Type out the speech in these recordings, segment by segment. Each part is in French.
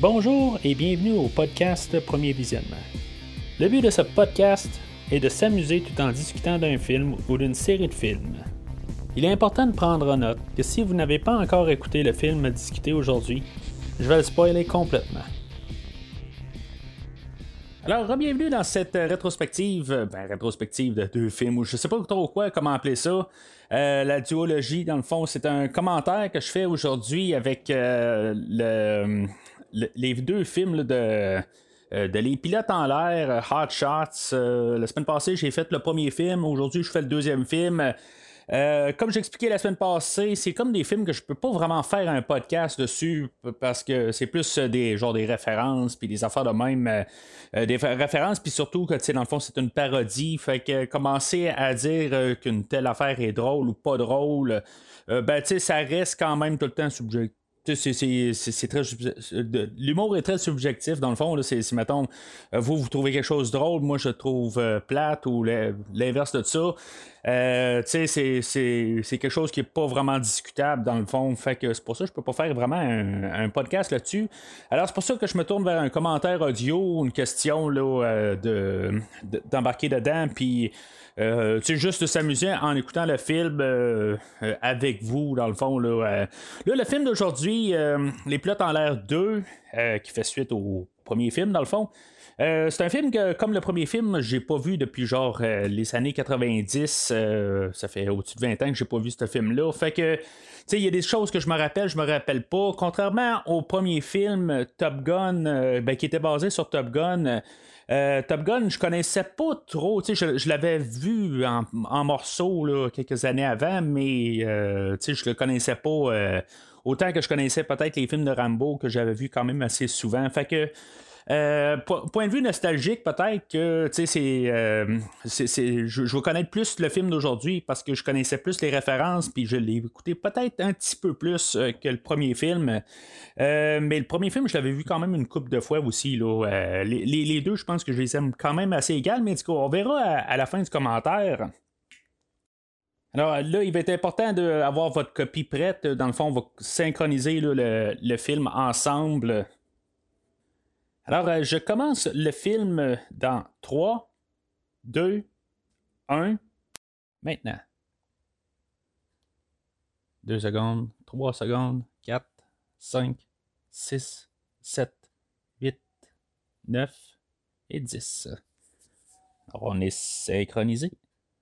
Bonjour et bienvenue au podcast Premier Visionnement. Le but de ce podcast est de s'amuser tout en discutant d'un film ou d'une série de films. Il est important de prendre en note que si vous n'avez pas encore écouté le film discuté aujourd'hui, je vais le spoiler complètement. Alors, bienvenue dans cette rétrospective de deux films, ou je sais pas trop comment appeler ça. La duologie, dans le fond, c'est un commentaire que je fais aujourd'hui avec les deux films là, de Les Pilotes en l'air, Hot Shots. La semaine passée, j'ai fait le premier film. Aujourd'hui, je fais le deuxième film. Comme j'expliquais la semaine passée, c'est comme des films que je peux pas vraiment faire un podcast dessus parce que c'est plus des références puis des affaires de même, des références puis surtout que tu sais dans le fond c'est une parodie, fait que commencer à dire qu'une telle affaire est drôle ou pas drôle, ben tu sais ça reste quand même tout le temps subjectif. C'est très l'humour est très subjectif dans le fond là, c'est mettons vous trouvez quelque chose de drôle, moi je trouve plate ou l'inverse de ça. C'est quelque chose qui est pas vraiment discutable dans le fond, fait que c'est pour ça que je peux pas faire vraiment un podcast là-dessus. Alors c'est pour ça que je me tourne vers un commentaire audio, une question là, d'embarquer dedans, puis juste de s'amuser en écoutant le film avec vous, dans le fond. Là, le film d'aujourd'hui, Les Pilotes en l'air 2, qui fait suite au premier film, dans le fond. C'est un film que, comme le premier film, j'ai pas vu depuis les années 90. Ça fait au-dessus de 20 ans que j'ai pas vu ce film-là. Fait que, tu sais, il y a des choses que je me rappelle pas. Contrairement au premier film, Top Gun, qui était basé sur Top Gun. Top Gun, je connaissais pas trop. Tu sais, je l'avais vu en morceaux là, quelques années avant, mais tu sais, je le connaissais pas. Autant que je connaissais peut-être les films de Rambo que j'avais vu quand même assez souvent. Fait que point de vue nostalgique, peut-être que je vais connaître plus le film d'aujourd'hui parce que je connaissais plus les références, puis je l'ai écouté peut-être un petit peu plus que le premier film. Mais le premier film, je l'avais vu quand même une couple de fois aussi. Là. Les deux, je pense que je les aime quand même assez égales, mais du coup, on verra à la fin du commentaire. Alors là, il va être important d'avoir votre copie prête. Dans le fond, on va synchroniser là, le film ensemble. Alors, je commence le film dans 3, 2, 1, maintenant. 2 secondes, 3 secondes, 4, 5, 6, 7, 8, 9 et 10. Alors, on est synchronisé.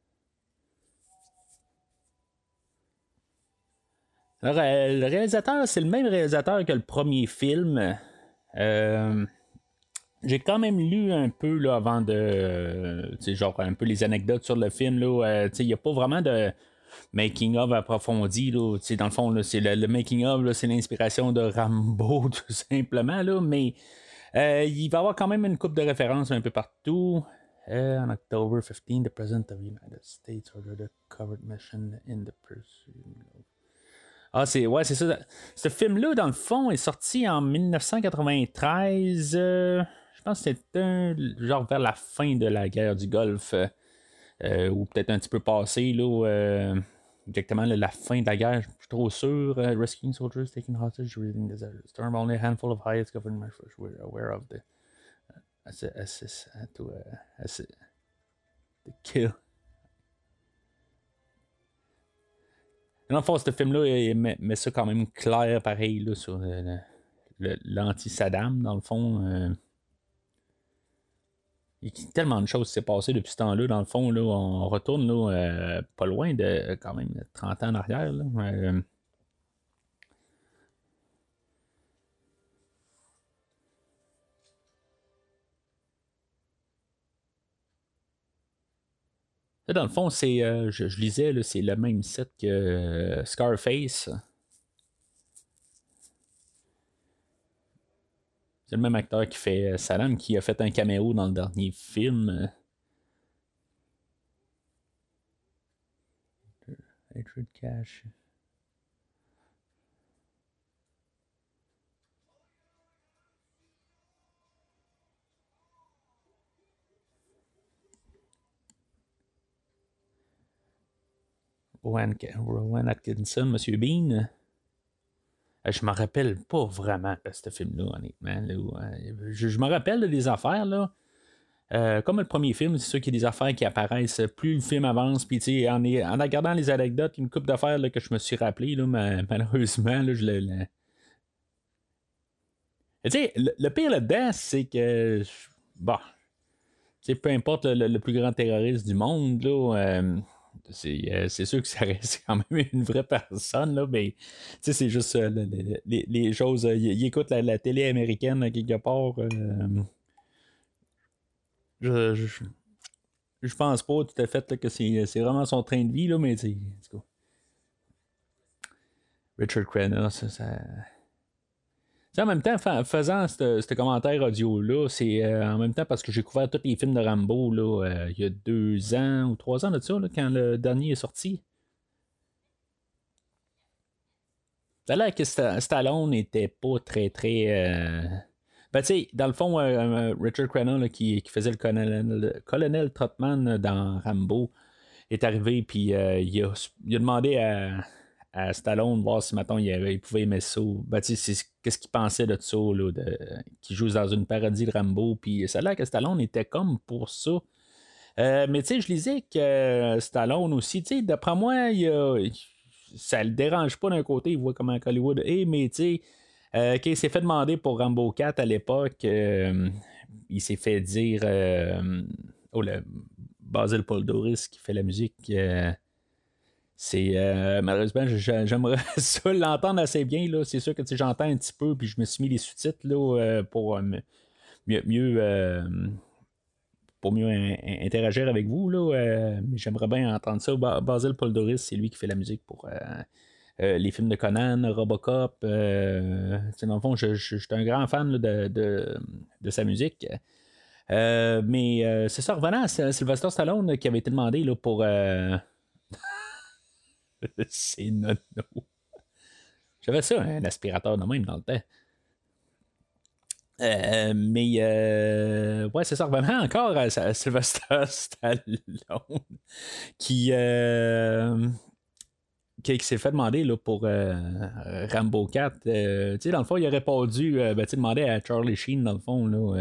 Alors, le réalisateur, c'est le même réalisateur que le premier film. Euh, J'ai quand même lu un peu là, avant de. Tu sais, genre un peu les anecdotes sur le film. Tu sais, il n'y a pas vraiment de making-of approfondi. Là, tu sais, dans le fond, là, c'est le making-of, là, c'est l'inspiration de Rambo, tout simplement. Là, mais il va y avoir quand même une coupe de références un peu partout. On October 15, the President of the United States ordered a covert mission in the pursuit. Ah, c'est ça. Ce film-là, dans le fond, est sorti en 1993. Je pense que c'était genre vers la fin de la guerre du Golfe, ou peut-être un petit peu passé, là, exactement là, la fin de la guerre, je suis trop sûr. Rescuing soldiers taking hostage during the storm. Only a handful of highest government measures were aware of the kill. Dans le fond, ce film-là, il met ça quand même clair, pareil, là, sur l'anti-Saddam, dans le fond. Il y a tellement de choses qui s'est passé depuis ce temps-là. Dans le fond, là, on retourne là, pas loin de quand même 30 ans en arrière. Là. Là, dans le fond, je lisais, là, c'est le même set que Scarface. C'est le même acteur qui fait Saddam qui a fait un caméo dans le dernier film. Hatred Cash. Rowan Atkinson, Monsieur Bean. Je me rappelle pas vraiment de ce film-là, honnêtement. Là, je me rappelle des affaires, là. Comme le premier film, c'est sûr qu'il y a des affaires qui apparaissent plus le film avance. Puis, en regardant les anecdotes, une couple d'affaires là, que je me suis rappelé, là, malheureusement, là, le pire là-dedans, c'est que. Bon, peu importe le plus grand terroriste du monde, là, c'est sûr que ça reste quand même une vraie personne, là, mais c'est juste les choses. Il écoute la télé américaine quelque part. Je, je, je pense pas tout à fait là, que c'est vraiment son train de vie, là, mais en tout cas, Richard Crenna, en même temps, faisant ce commentaire audio-là, c'est en même temps parce que j'ai couvert tous les films de Rambo là, il y a 2 ans ou 3 ans de ça, là, quand le dernier est sorti. Ça a l'air que Stallone n'était pas très, très. Ben, tu sais, dans le fond, Richard Crenna, là, qui faisait le colonel Trotman dans Rambo, est arrivé, puis il a demandé à Stallone voir si, maintenant il pouvait aimer ça. Ben, tu sais, qu'est-ce qu'il pensait de ça, là, qu'il joue dans une parodie de Rambo, puis ça a l'air que Stallone était comme pour ça. Mais tu sais, je lisais que Stallone aussi, tu sais, d'après moi, ça le dérange pas d'un côté, il voit comment Hollywood est, mais tu sais, quand il s'est fait demander pour Rambo 4 à l'époque, il s'est fait dire, oh, le Basil Paul Doris qui fait la musique, c'est malheureusement, j'aimerais ça l'entendre assez bien. Là. C'est sûr que j'entends un petit peu, puis je me suis mis les sous-titres là, pour mieux, pour mieux interagir avec vous. Là, mais j'aimerais bien entendre ça. Basil Paul Doris, c'est lui qui fait la musique pour les films de Conan, Robocop. Dans le fond, je suis un grand fan là, de sa musique. Mais c'est ça, revenant à Sylvester Stallone qui avait été demandé là, pour. C'est nono. J'avais ça, un aspirateur de même dans le temps. Mais ouais, c'est ça, revenant encore à Sylvester Stallone qui, qui s'est fait demander là, pour Rambo 4. Dans le fond, il aurait répondu, demander à Charlie Sheen, dans le fond, là,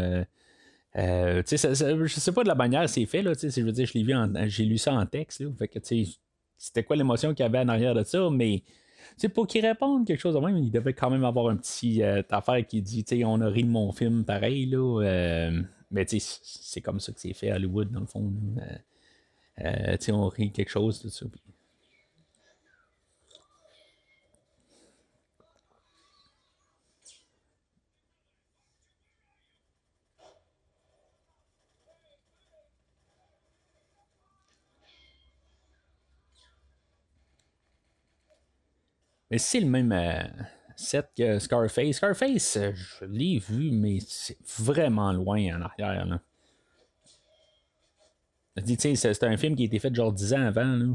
je sais pas de la manière c'est fait, là, je veux dire, j'ai lu ça en texte, là, fait que, c'était quoi l'émotion qu'il y avait en arrière de ça, mais pour qu'il réponde quelque chose de même, il devait quand même avoir un petit affaire qui dit, on a ri de mon film pareil, là, mais c'est comme ça que c'est fait à Hollywood, dans le fond, là. On rit quelque chose de ça. Mais c'est le même set que Scarface. Scarface, je l'ai vu, mais c'est vraiment loin en arrière. Là. C'est un film qui a été fait genre 10 ans avant. Là.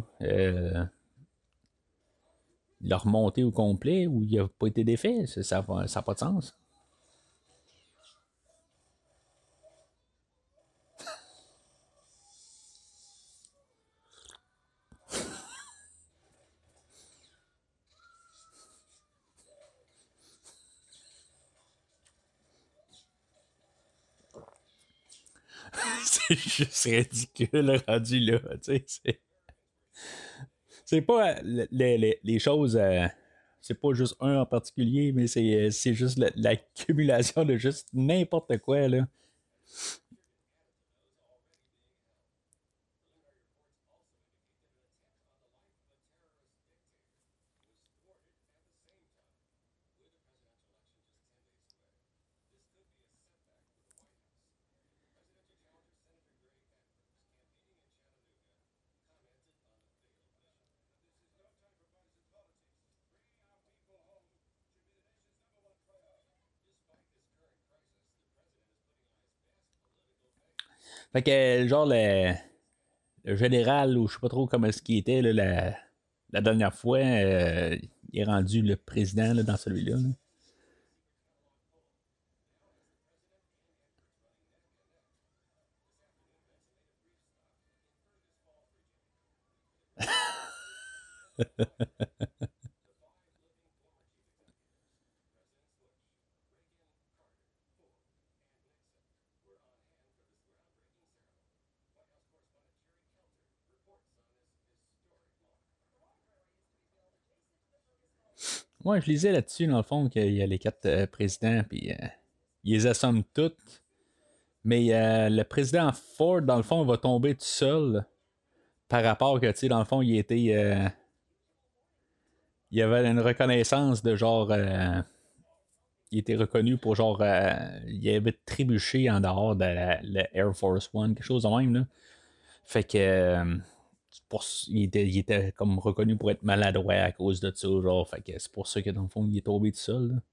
Il l'a remonté au complet ou il n'a pas été défait. Ça n'a pas de sens. C'est juste ridicule rendu là. C'est pas les choses. C'est pas juste un en particulier, mais c'est juste l'accumulation de juste n'importe quoi. Là. Fait que, genre, le général, ou je sais pas trop comment ce qui était là, la dernière fois, il est rendu le président là, dans celui-là. Là. Ouais, je lisais là-dessus, dans le fond, qu'il y a les quatre présidents, puis ils les assomment toutes. Mais le président Ford, dans le fond, va tomber tout seul par rapport que, tu sais, dans le fond, il y avait une reconnaissance de genre. Il était reconnu pour genre. Il avait trébuché en dehors de la Air Force One, quelque chose de même, là. Fait que. Il était comme reconnu pour être maladroit à cause de ça, genre. Fait que c'est pour ça que, dans le fond, il est tombé tout seul, là.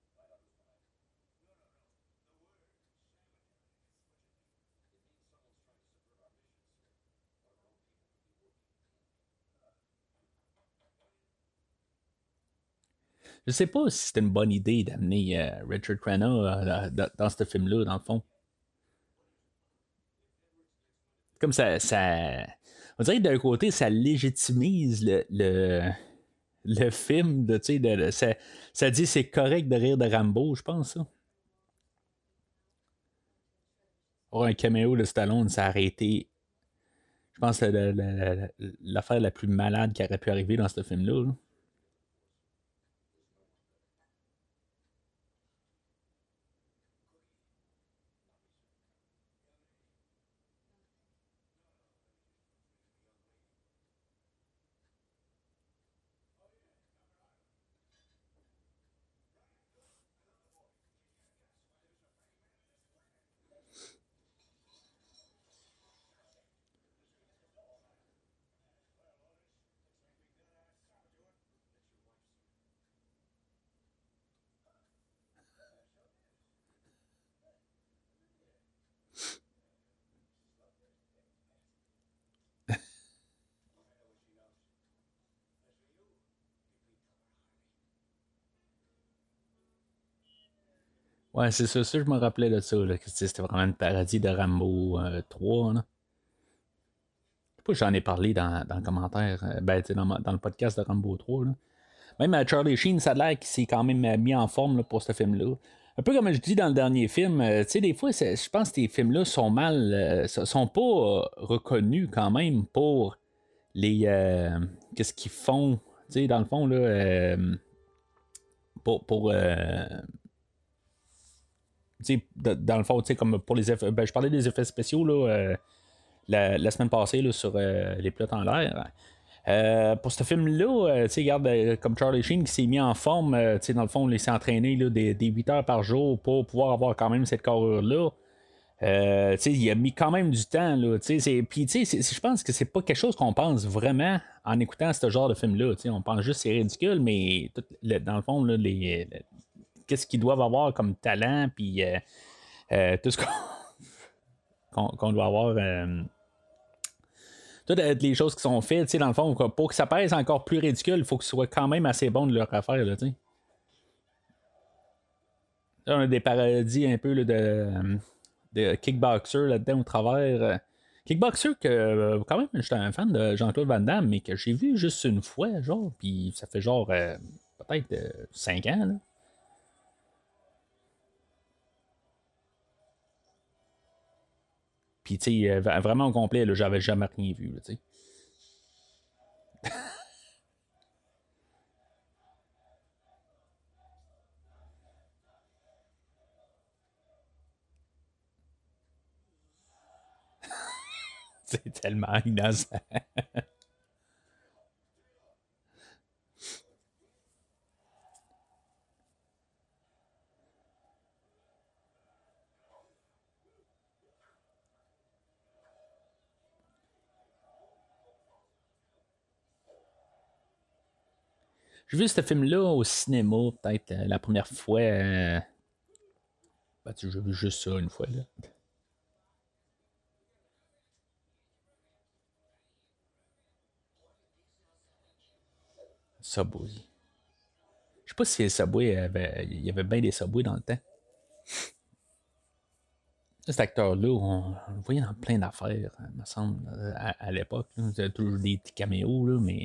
Je sais pas si c'était une bonne idée d'amener Richard Crenna dans ce film-là, dans le fond. Comme on dirait que d'un côté, ça légitimise le film, tu sais, ça dit c'est correct de rire de Rambo, je pense, ça. Pour un caméo de Stallone, ça aurait été, je pense, l'affaire la plus malade qui aurait pu arriver dans ce film-là, là. Ouais, c'est ça, je me rappelais de ça, là, que c'était vraiment une parodie de Rambo 3, là. Je sais pas si j'en ai parlé dans le commentaire, ben, tu sais, dans le podcast de Rambo 3, là. Même Charlie Sheen, ça a l'air qu'il s'est quand même mis en forme là, pour ce film-là. Un peu comme je dis dans le dernier film, tu sais, des fois, je pense que ces films-là sont sont pas reconnus quand même pour les. Qu'est-ce qu'ils font, tu sais, dans le fond, là, pour tu sais, dans le fond, tu sais, comme pour les effets. Ben, je parlais des effets spéciaux, là, la semaine passée, là, sur les pilotes en l'air. Pour ce film-là, tu sais, regarde, comme Charlie Sheen qui s'est mis en forme, tu sais, dans le fond, il s'est entraîné là, des 8 heures par jour pour pouvoir avoir quand même cette carrure-là. Tu sais, il a mis quand même du temps, là, tu sais, puis tu sais, je pense que c'est pas quelque chose qu'on pense vraiment en écoutant ce genre de film-là, tu sais, on pense juste que c'est ridicule, mais dans le fond, là, qu'est-ce qu'ils doivent avoir comme talent, puis tout ce qu'on doit avoir, toutes les choses qui sont faites, tu sais, dans le fond, pour que ça pèse encore plus ridicule, il faut que ce soit quand même assez bon de leur affaire, là, tu sais. Là, on a des parodies un peu là, de Kickboxer là-dedans au travers. Kickboxer que quand même j'étais un fan de Jean-Claude Van Damme, mais que j'ai vu juste une fois, genre, puis ça fait genre peut-être 5 ans, là. Puis tu sais, vraiment au complet, là, j'avais jamais rien vu, là, tu sais. C'est tellement innocent. J'ai vu ce film-là au cinéma, peut-être la première fois. Ben, j'ai vu juste ça une fois, là. Subway. Je sais pas si Subway il y avait bien des Subway dans le temps. Cet acteur-là, on le voyait dans plein d'affaires, il me semble, à l'époque. Là. C'était toujours des petits caméos, là, mais.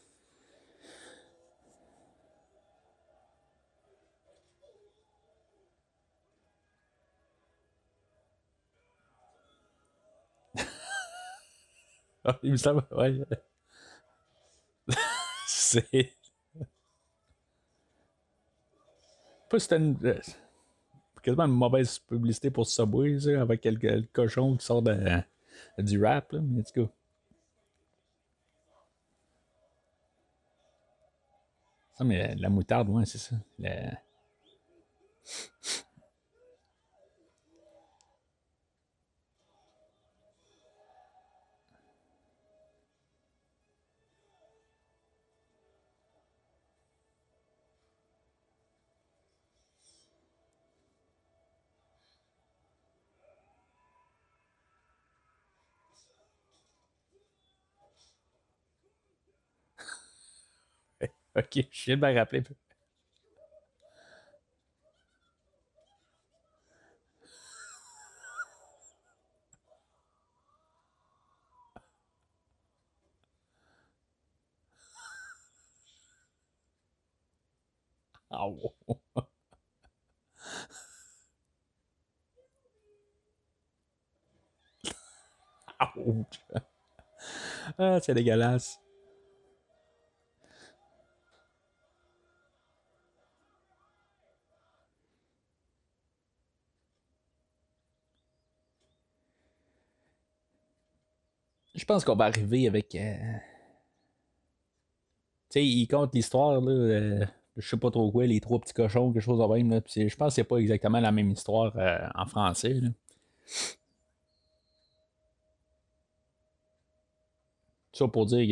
Ah, il me semble, ouais. C'est. Pas si c'était quasiment une mauvaise publicité pour Subway, ça, avec le cochon qui sort du rap, là, mais en tout cas. Ça, mais la moutarde, ouais, c'est ça. Ok, je viens de me rappeler. Ah, wow. Ouch. Ah, c'est dégueulasse. Je pense qu'on va arriver avec. Tu sais, il compte l'histoire, là. Je sais pas trop quoi, les trois petits cochons, quelque chose de même. Là. Puis je pense que c'est pas exactement la même histoire en français. Là. Ça pour dire que.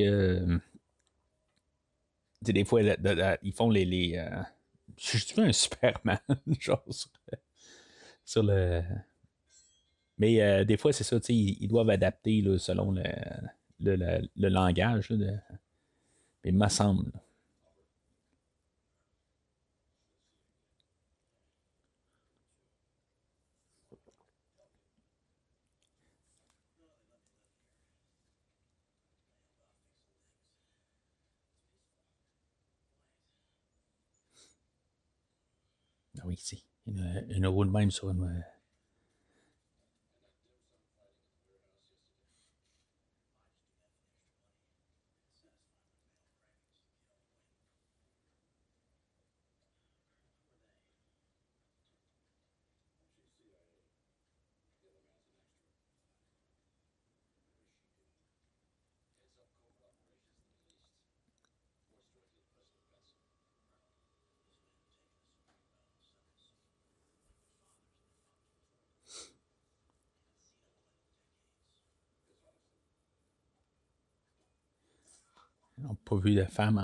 Tu sais, des fois, ils font je suis un Superman, genre, sur le. Mais des fois, c'est ça, tu sais, ils doivent adapter là, selon le langage. Là, mais il me semble. Ah oui, c'est une roue de même sur une. On n'a pas vu de femmes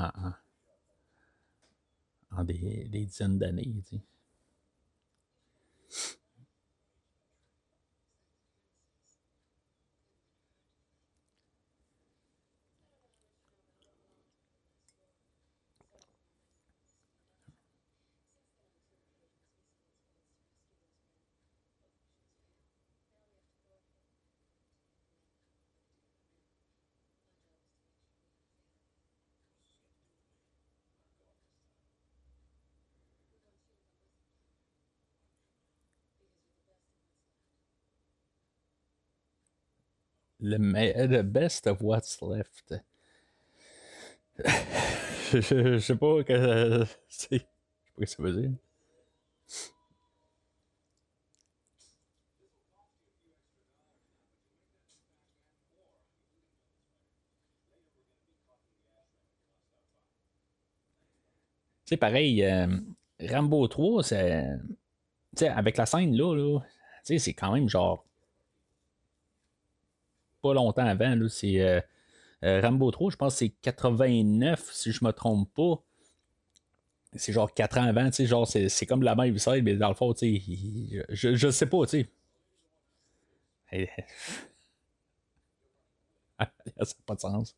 en des dizaines d'années. Tu sais. Le best of what's left. Je sais pas que. Je sais pas ce que ça veut dire. Tu sais, pareil, Rambo 3, c'est. Tu sais, avec la scène là, tu sais, c'est quand même genre pas longtemps avant. Là, c'est Rambo 3, je pense que c'est 89, si je me trompe pas. C'est genre 4 ans avant, tu sais, genre, c'est comme la même side, mais dans le fond, tu sais, je sais pas, tu sais. Ça n'a pas de sens.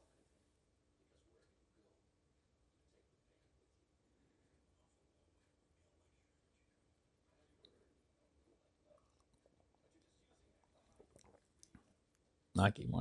Ok, moi.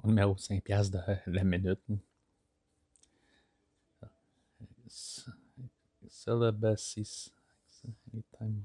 Au numéro 5 piastres de la minute. Celibacy. Anytime.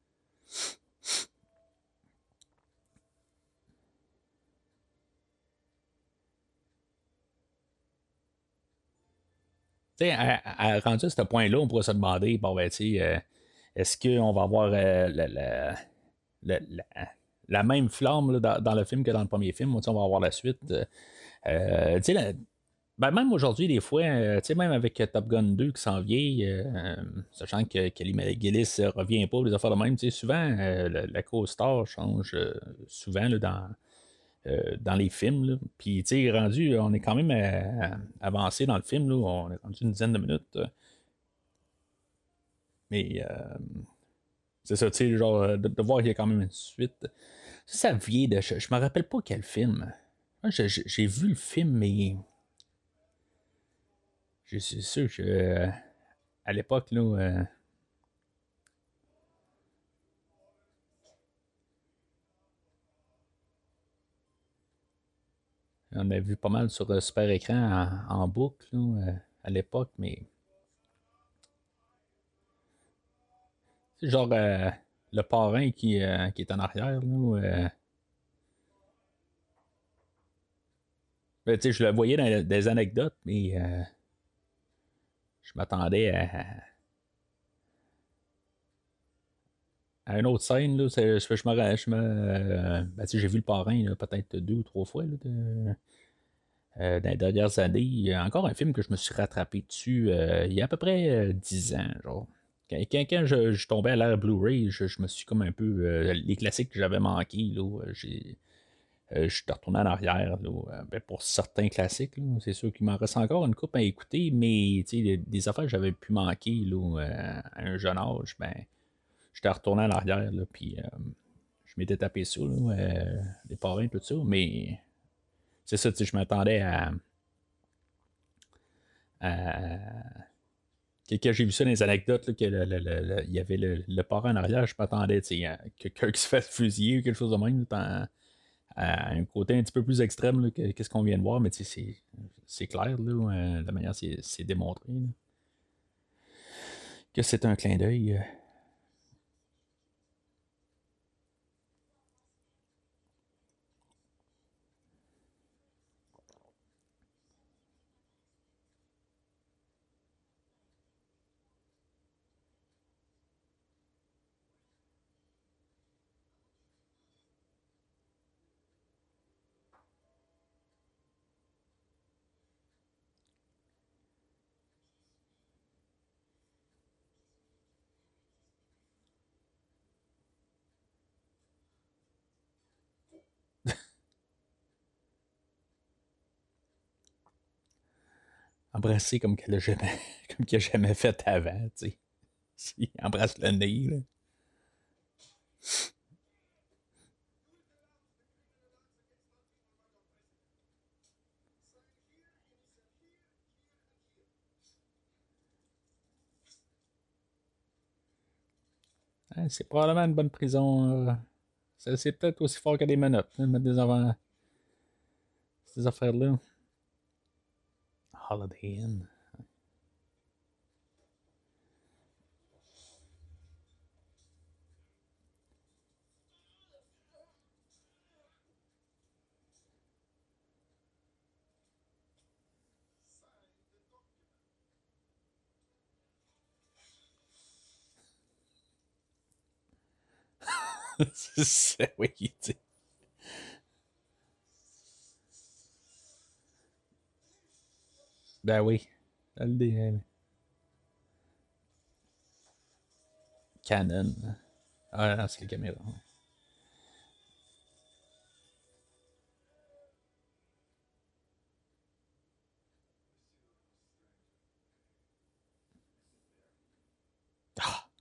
Tu sais, rendu à ce point-là, on pourrait se demander, bon, ben, tu sais, est-ce qu'on va avoir la- la- la même flamme là, dans le film que dans le premier film? Tu sais, on va avoir la suite. Tu sais, ben, même aujourd'hui, des fois, tu sais, même avec Top Gun 2 qui s'en vient, sachant que Kelly McGillis revient pas, les affaires de même, tu sais, souvent, la co-star change souvent là, dans les films. Là. Puis, tu sais, rendu, on est quand même avancé dans le film, là, on est rendu une dizaine de minutes. Mais c'est ça, tu sais, genre, de voir qu'il y a quand même une suite. Ça vient de. Je me rappelle pas quel film. Moi, j'ai vu le film, mais. Je suis sûr que. À l'époque, là. On a vu pas mal sur super écran en boucle là, à l'époque, mais. C'est genre le parrain qui est en arrière, là. Ben, tu sais, je le voyais dans des anecdotes, mais je m'attendais à une autre scène. Là, ben, tu sais, j'ai vu le parrain là, peut-être deux ou trois fois là, dans les dernières années. Il y a encore un film que je me suis rattrapé dessus il y a à peu près 10 ans. Genre. Quand je tombais à l'ère Blu-ray, je me suis comme un peu. Les classiques que j'avais manqués, là, je suis retourné en arrière là, ben, pour certains classiques. Là. C'est sûr qu'il m'en reste encore une coupe à écouter, mais tu sais, des affaires que j'avais pu manquer là, à un jeune âge, ben, j'étais retourné en arrière, là, puis je m'étais tapé ça, là, les parrains, tout ça, mais c'est ça, tu sais, je m'attendais à- quand j'ai vu ça dans les anecdotes, là, que il y avait le parrain en arrière, je m'attendais tu sais, à quelqu'un qui se fasse fusiller ou quelque chose de même, à un côté un petit peu plus extrême là, que ce qu'on vient de voir, mais tu sais, c'est clair, là, la manière c'est démontré, là, que c'est un clin d'œil. Embrasser comme qu'elle a jamais, comme qu'elle a jamais fait avant, tu sais. Il embrasse le nez, là. Hein, c'est probablement une bonne prison. C'est peut-être aussi fort que des menottes, hein, mettre ces affaires-là. Holiday Inn. Oui, tu sais. Ben oui. Holiday Canon. Ah non, c'est la caméra. Ah,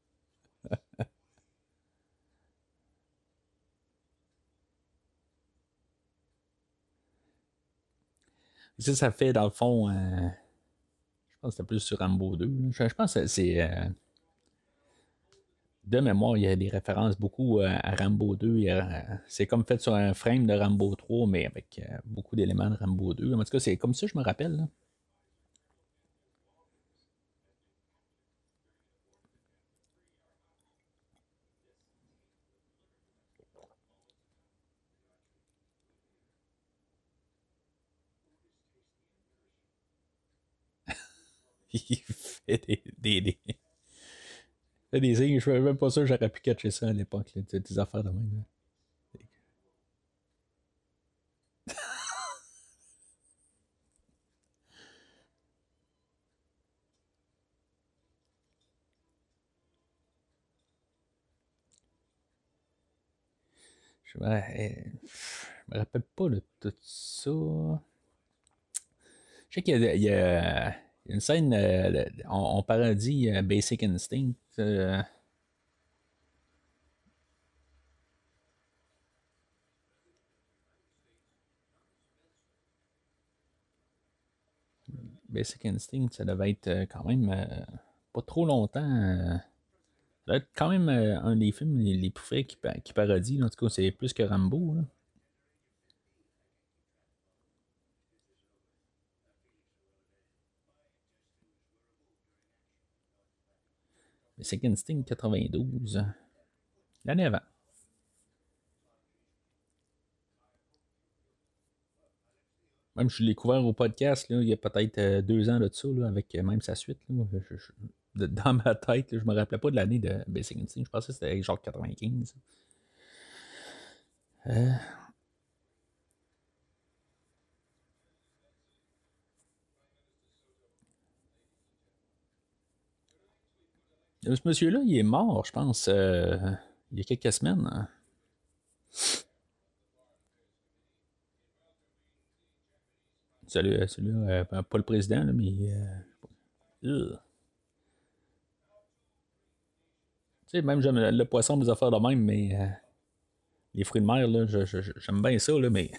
ça fait dans le fond. Je pense que c'était plus sur Rambo 2. Je pense que c'est. de mémoire, il y a des références beaucoup à Rambo 2. C'est comme fait sur un frame de Rambo 3, mais avec beaucoup d'éléments de Rambo 2. En tout cas, c'est comme ça que je me rappelle. Là. Il fait fait des signes. Je suis même pas sûr que j'aurais pu catcher ça à l'époque. Là, des affaires de même. Là. Je me rappelle pas de tout ça. Je sais qu'il y a une scène, on parodie Basic Instinct. Basic Instinct, ça devait être quand même pas trop longtemps. Ça doit être quand même un des films les plus frais qui parodie. En tout cas, c'est plus que Rambo. Là. Basic Instinct 92. L'année avant. Même je l'ai découvert au podcast, là, il y a peut-être 2 ans de ça, là, avec même sa suite. Là. Dans ma tête, là, je me rappelais pas de l'année de Basic Instinct. Je pensais que c'était genre 95. Euh, Ce monsieur-là, il est mort, je pense, il y a quelques semaines. Hein. Celui-là, pas le président, là, mais. Tu sais, même j'aime le poisson, des affaires de même, mais les fruits de mer, là, j'aime bien ça, là, mais.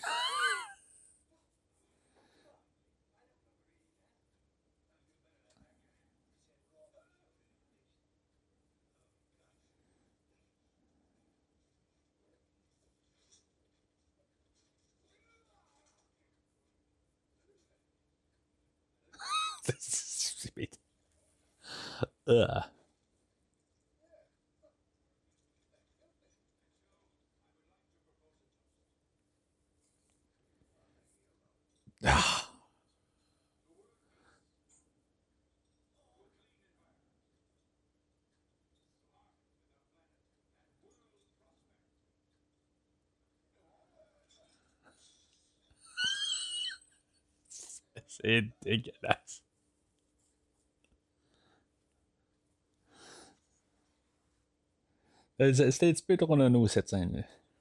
Ah. Ah. C'est dégueulasse. C'était un petit peu trop nono, cette scène.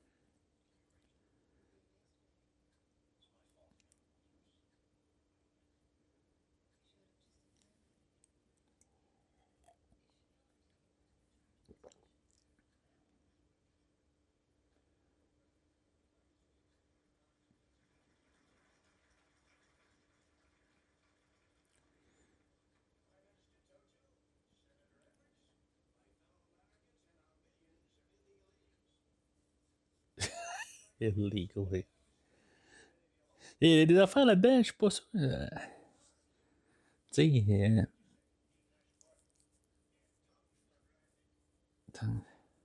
Illegally. Il y a des affaires là-dedans, je suis pas sûr. Tu sais, attends.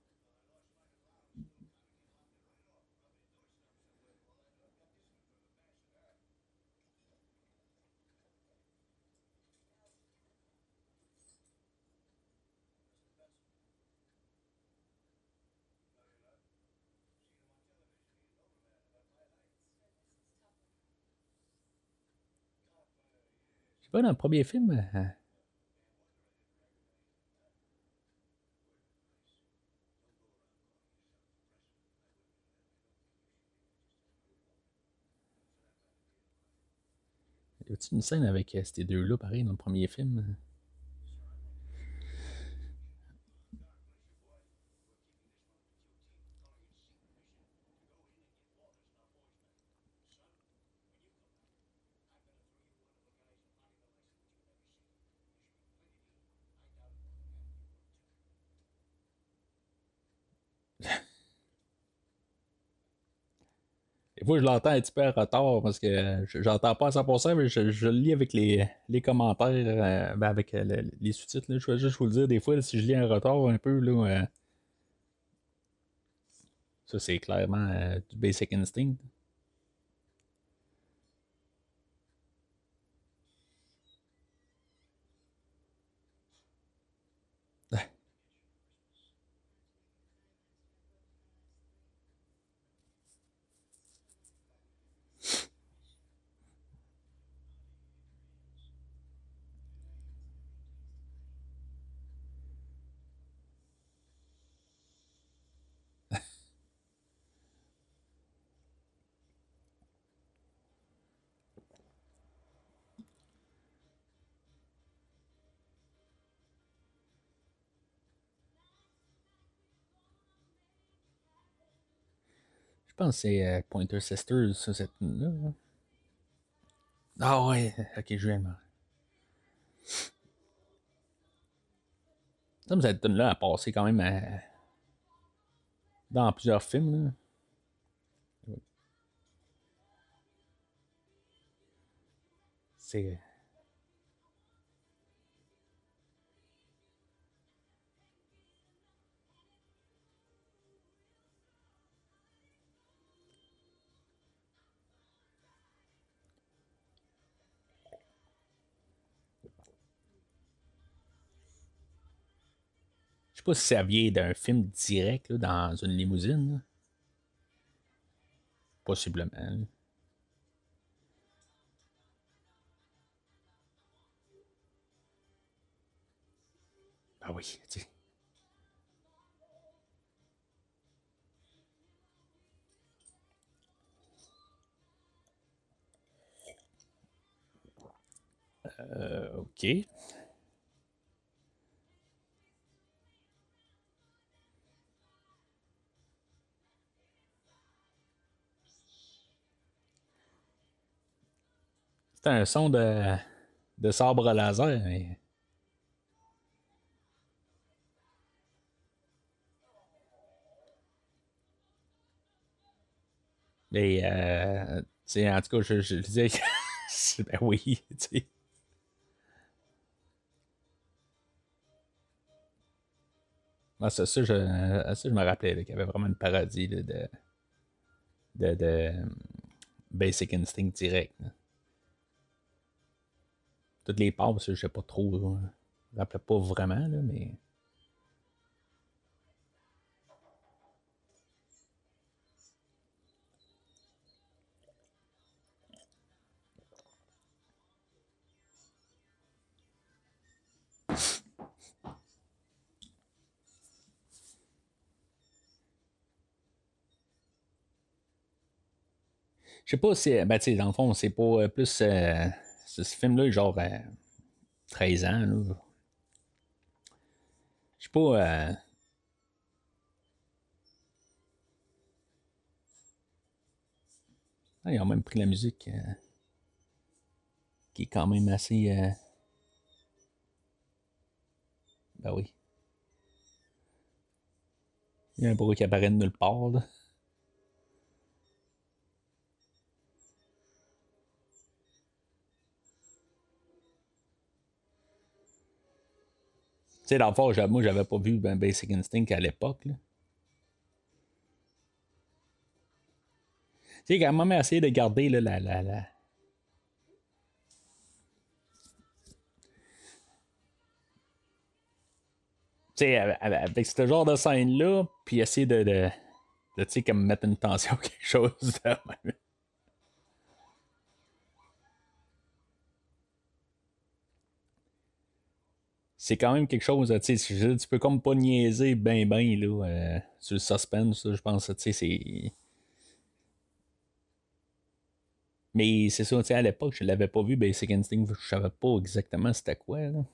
Je sais pas, dans le premier film, y a-t-il une scène avec ces deux-là, pareil, dans le premier film? Des fois, je l'entends un petit peu en retard parce que j'entends pas à 100%, mais je le lis avec les commentaires, ben avec les sous-titres. Là. Je vais juste vous le dire, des fois, là, si je lis en retard un peu, là, ça c'est clairement du Basic Instinct. Je pense que c'est Pointer Sisters, ça, cette tune-là. Ah ouais, ok, je viens de ça, mais cette tune-là a passé quand même dans plusieurs films. Là. C'est. Je sais pas si ça vient d'un film direct là, dans une limousine. Là. Possiblement. Ah oui, tu sais. OK. C'est un son de sabre laser. Mais tu sais, en tout cas, je disais que. Ben oui, tu sais. Ah, ça, je me rappelais là, qu'il y avait vraiment une parodie là, de Basic Instinct direct. Là. Toutes les passes, je sais pas trop. Là. Je me rappelais pas vraiment, là, mais. Je sais pas si. Ben, tu sais, dans le fond, c'est pas plus. Ce film-là, genre 13 ans. Là. Je sais pas. Ils ont même pris la musique qui est quand même assez. Ben oui. Il y a un bruit qui apparaît de nulle part. Là. Tu sais, dans le fond, moi, j'avais pas vu ben, Basic Instinct à l'époque. Là. Tu sais, quand même essayé de garder là, la. Tu sais, avec ce genre de scène-là, puis essayer de tu sais, comme mettre une tension quelque chose de même. C'est quand même quelque chose, tu sais, tu peux comme pas niaiser ben là, sur le suspense, je pense, tu sais, c'est. Mais c'est ça, tu sais, à l'époque, je l'avais pas vu, Basic Instinct, je savais pas exactement c'était quoi, là.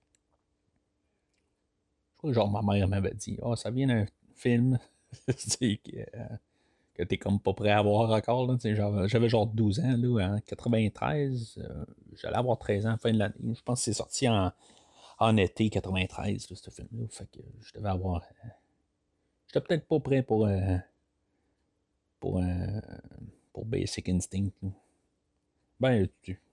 Je crois que genre ma mère m'avait dit, oh, ça vient d'un film, tu sais, que t'es comme pas prêt à voir encore, là, tu sais, genre, j'avais genre 12 ans, là, en 93, j'allais avoir 13 ans à la fin de l'année, je pense que c'est sorti en été 93, là, ce film-là, fait que je devais avoir, j'étais peut-être pas prêt pour pour Basic Instinct. Là. Ben,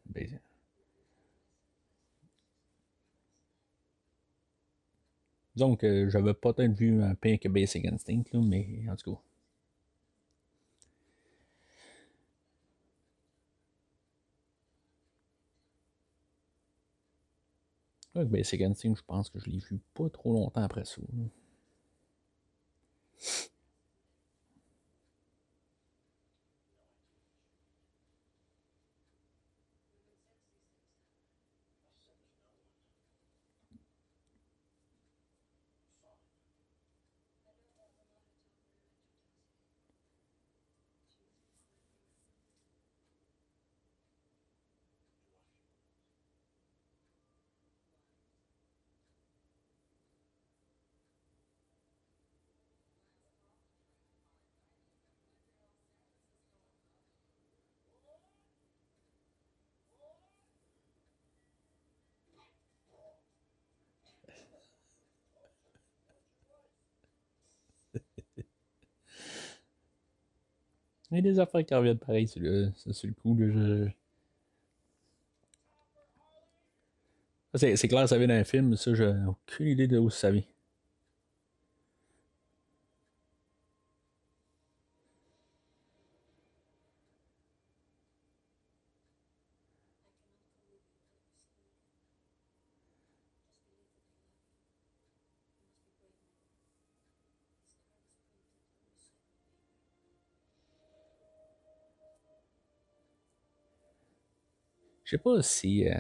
disons que j'avais peut-être vu un pire que Basic Instinct, là, mais en tout cas. Basic Instinct, je pense que je l'ai vu pas trop longtemps après ça. Là. Il y a des affaires qui reviennent pareil, sur le coup. Là, c'est clair, ça vient d'un film, ça, j'ai aucune idée de où ça vient. Je sais pas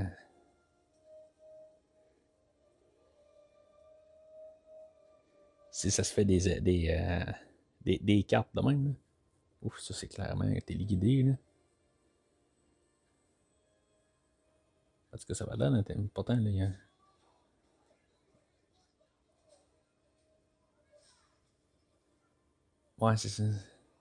si ça se fait des cartes de même. Là. Ouf, ça c'est clairement téléguidé. Là. Parce que ça va là, pourtant, là, ouais, c'est ça.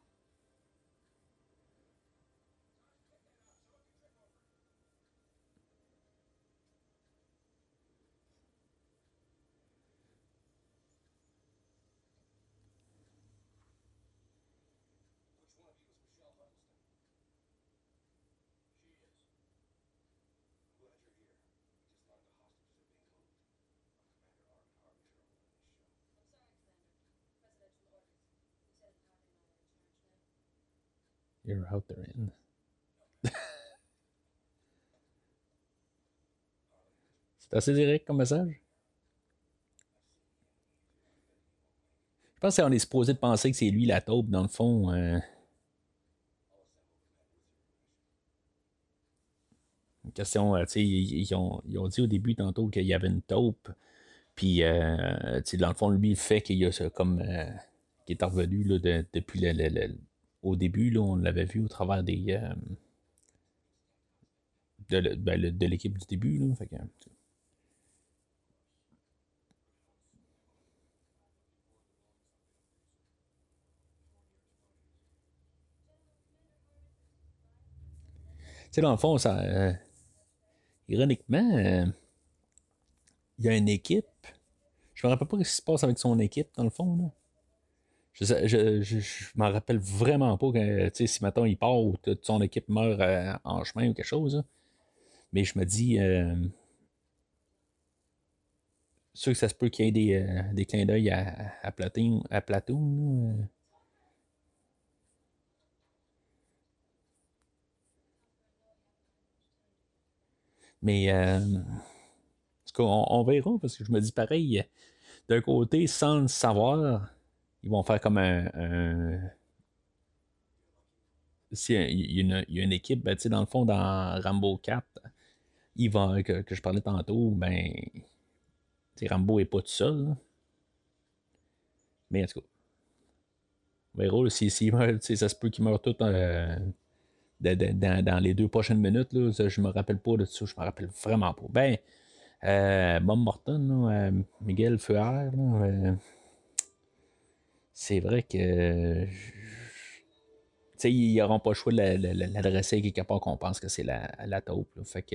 You're out there in. C'est assez direct comme message. Je pense qu'on est supposé de penser que c'est lui la taupe, dans le fond. Une question, tu sais, ils ont dit au début tantôt qu'il y avait une taupe. Puis, tu sais, dans le fond, lui, le fait qu'il y a ça comme. Qui est revenu là, depuis au début, là, on l'avait vu au travers de l'équipe du début. Là, fait que, tu sais, dans le fond, ça, ironiquement, il y a une équipe. Je me rappelle pas ce qui se passe avec son équipe, dans le fond. Là. Je m'en rappelle vraiment pas que, si maintenant il part ou toute son équipe meurt en chemin ou quelque chose. Là. Mais je me dis, sûr que ça se peut qu'il y ait des clins d'œil à Platoon. Là. Mais en tout cas, on verra parce que je me dis pareil, d'un côté, sans le savoir, ils vont faire comme si il y a une équipe, ben, dans le fond, dans Rambo 4, que je parlais tantôt, ben, Rambo est pas tout seul. Là. Mais en tout cas, on verra là, s'il meurt, ça se peut qu'il meure tout dans les 2 prochaines minutes. Là, ça, je me rappelle pas de ça, je me rappelle vraiment pas. Ben, Bob Morton, là, Miguel Fuer, là, c'est vrai que ils n'auront pas le choix de l'adresser quelque part qu'on pense que c'est la taupe. Là. Fait que.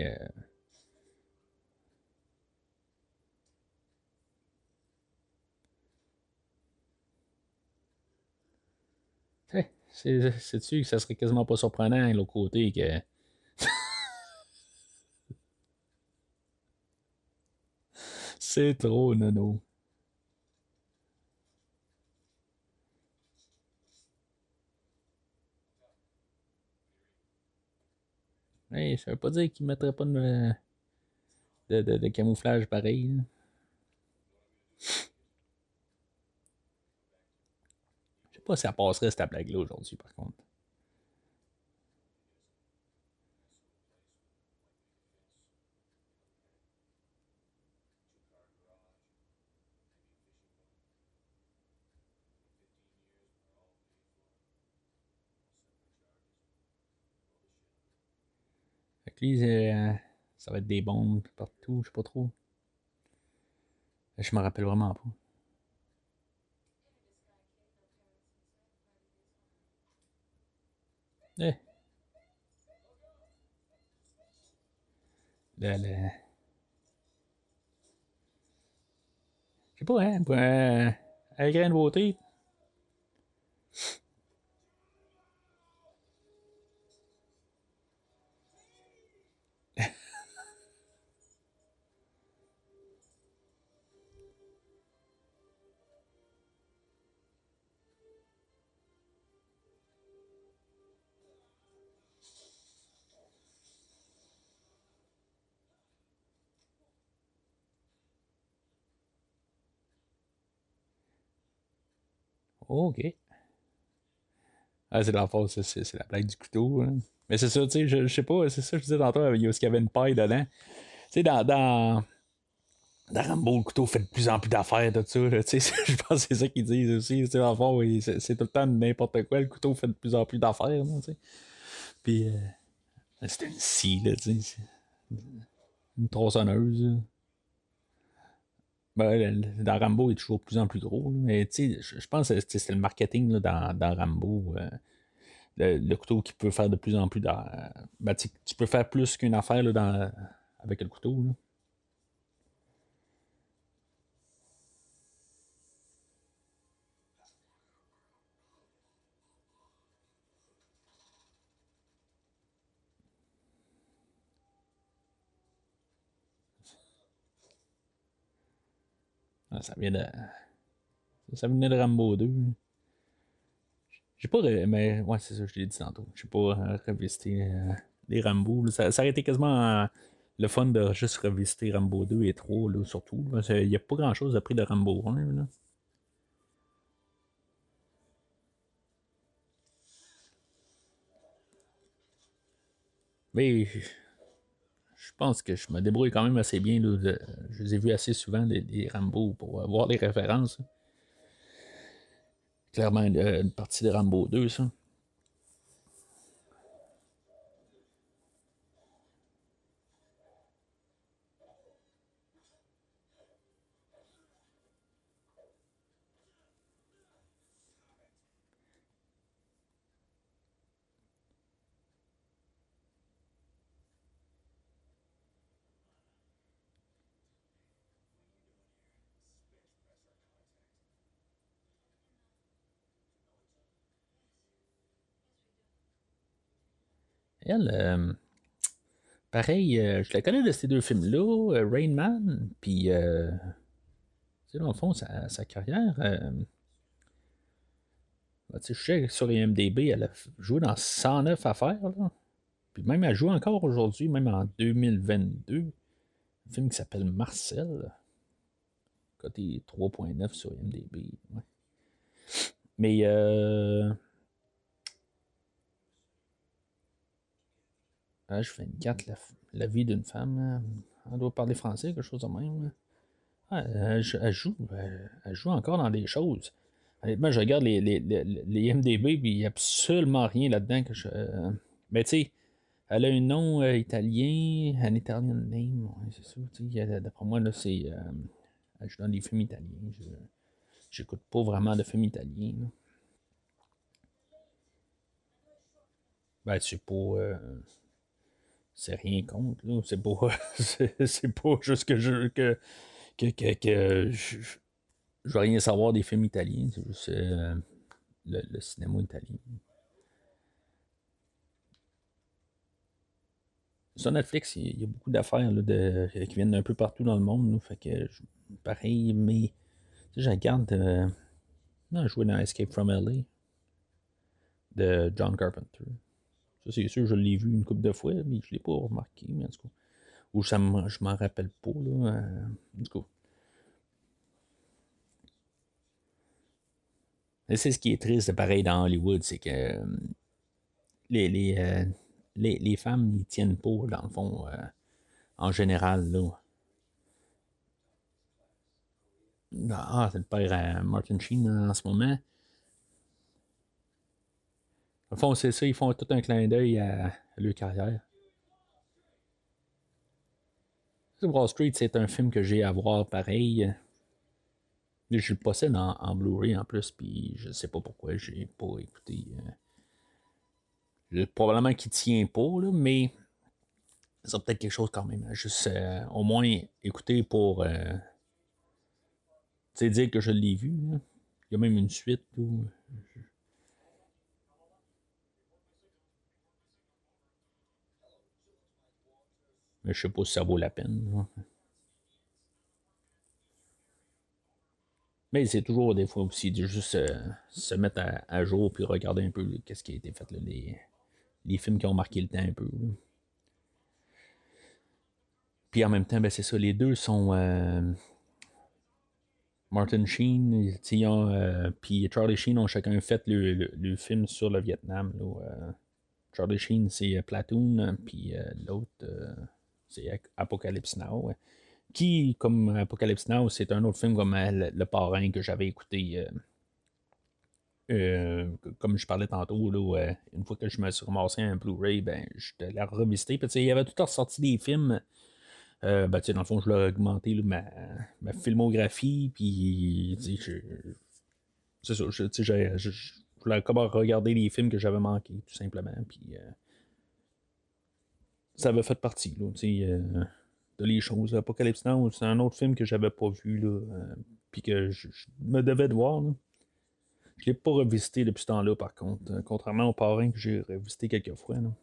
Sais-tu que ça serait quasiment pas surprenant, de l'autre côté, que. C'est trop, nono. Hey, ça veut pas dire qu'ils mettraient pas de camouflage pareil, là. Je sais pas si ça passerait cette blague-là aujourd'hui, par contre. Fait que lui, ça va être des bombes partout, je sais pas trop. Je me rappelle vraiment pas. Eh, le- je sais pas, hein, pour un grain de beauté. OK. Ah, c'est dans le fond, c'est la blague du couteau, hein. Mais c'est ça, tu sais, je sais pas, c'est ça que je disais tantôt, il y a ce qu'il y avait une paille dedans. Tu sais, dans Rambo, le couteau fait de plus en plus d'affaires, tout ça, là, tu sais, je pense que c'est ça qu'ils disent aussi, tu sais, dans le fond, c'est tout le temps n'importe quoi, le couteau fait de plus en plus d'affaires, là, tu sais. Puis, c'était une scie, là, tu sais, une tronçonneuse, là. Ben, dans Rambo, il est toujours de plus en plus gros, là. Mais tu sais, je pense que c'était le marketing là, dans Rambo. Le couteau qui peut faire de plus en plus. Ben, tu peux faire plus qu'une affaire là, avec le couteau. Là. Ah, ça venait de Rambo 2. J'ai pas. Mais ouais, c'est ça, je l'ai dit tantôt. J'ai pas revisité les Rambo. Là. Ça aurait été quasiment le fun de juste revisiter Rambo 2 et 3, là, surtout. Il n'y a pas grand chose appris de Rambo 1. Là. Mais je pense que je me débrouille quand même assez bien. Là, je les ai vus assez souvent, les Rambo, pour voir les références. Clairement, une partie de Rambo 2, ça. Elle, pareil, je la connais de ces deux films-là, Rain Man, puis, tu sais, dans le fond, sa carrière, ben, tu sais, je sais que sur IMDb, elle a joué dans 109 affaires, là. Puis même, elle joue encore aujourd'hui, même en 2022, un film qui s'appelle Marcel, côté 3.9 sur IMDb. Ouais. Mais, je fais une carte, la vie d'une femme, hein. Elle doit parler français, quelque chose de même. Ah, elle joue encore dans des choses. Honnêtement, je regarde les MDB, puis il n'y a absolument rien là-dedans que je. Mais tu sais, elle a un nom italien, un Italian name, ouais, c'est ça. D'après moi, là, elle joue dans des films italiens. J'écoute pas vraiment de films italiens. Là. Ben, c'est pas. C'est rien contre, là. C'est pas. C'est pas juste que je veux rien savoir des films italiens. C'est juste le cinéma italien. Sur Netflix, il y a beaucoup d'affaires là, qui viennent d'un peu partout dans le monde. Là, fait que pareil, mais tu sais, je regarde. Non, jouer dans Escape from LA de John Carpenter. Ça, c'est sûr, je l'ai vu une couple de fois, mais je ne l'ai pas remarqué, mais en tout cas. Ou je m'en rappelle pas, là. En tout cas. Et c'est ce qui est triste, pareil, dans Hollywood, c'est que les, les, euh, les femmes n'y tiennent pas, dans le fond, en général, là. Ah, c'est le père à Martin Sheen en ce moment. Au fond, c'est ça, ils font tout un clin d'œil à leur carrière. Wall Street, c'est un film que j'ai à voir pareil. Je le possède en Blu-ray en plus, puis je sais pas pourquoi j'ai pas écouté. Probablement qu'il tient pas, là, mais ça peut-être quelque chose quand même. Juste au moins écouter pour dire que je l'ai vu. Là. Il y a même une suite. Mais je sais pas si ça vaut la peine. Là. Mais c'est toujours des fois aussi de juste se mettre à jour puis regarder un peu qu'est-ce qui a été fait, là, les films qui ont marqué le temps un peu. Là. Puis en même temps, ben, c'est ça, les deux sont Martin Sheen, puis Charlie Sheen ont chacun fait le film sur le Vietnam. Là, Charlie Sheen, c'est Platoon, puis l'autre, c'est Apocalypse Now. Ouais. Qui, comme Apocalypse Now, c'est un autre film comme le Parrain que j'avais écouté, comme je parlais tantôt, là, une fois que je me suis ramassé un Blu-ray, ben, je te l'ai revisité. Puis, il y avait tout ressorti des films. Ben, dans le fond, je l'ai augmenté là, ma filmographie, puis c'est ça, je voulais comment regarder les films que j'avais manqués, tout simplement, puis ça avait fait partie, là, de les choses. Apocalypse Now, c'est un autre film que j'avais pas vu, là, puis que je me devais de voir, là. Je l'ai pas revisité depuis ce temps-là, par contre, contrairement au Parrain que j'ai revisité quelques fois, là.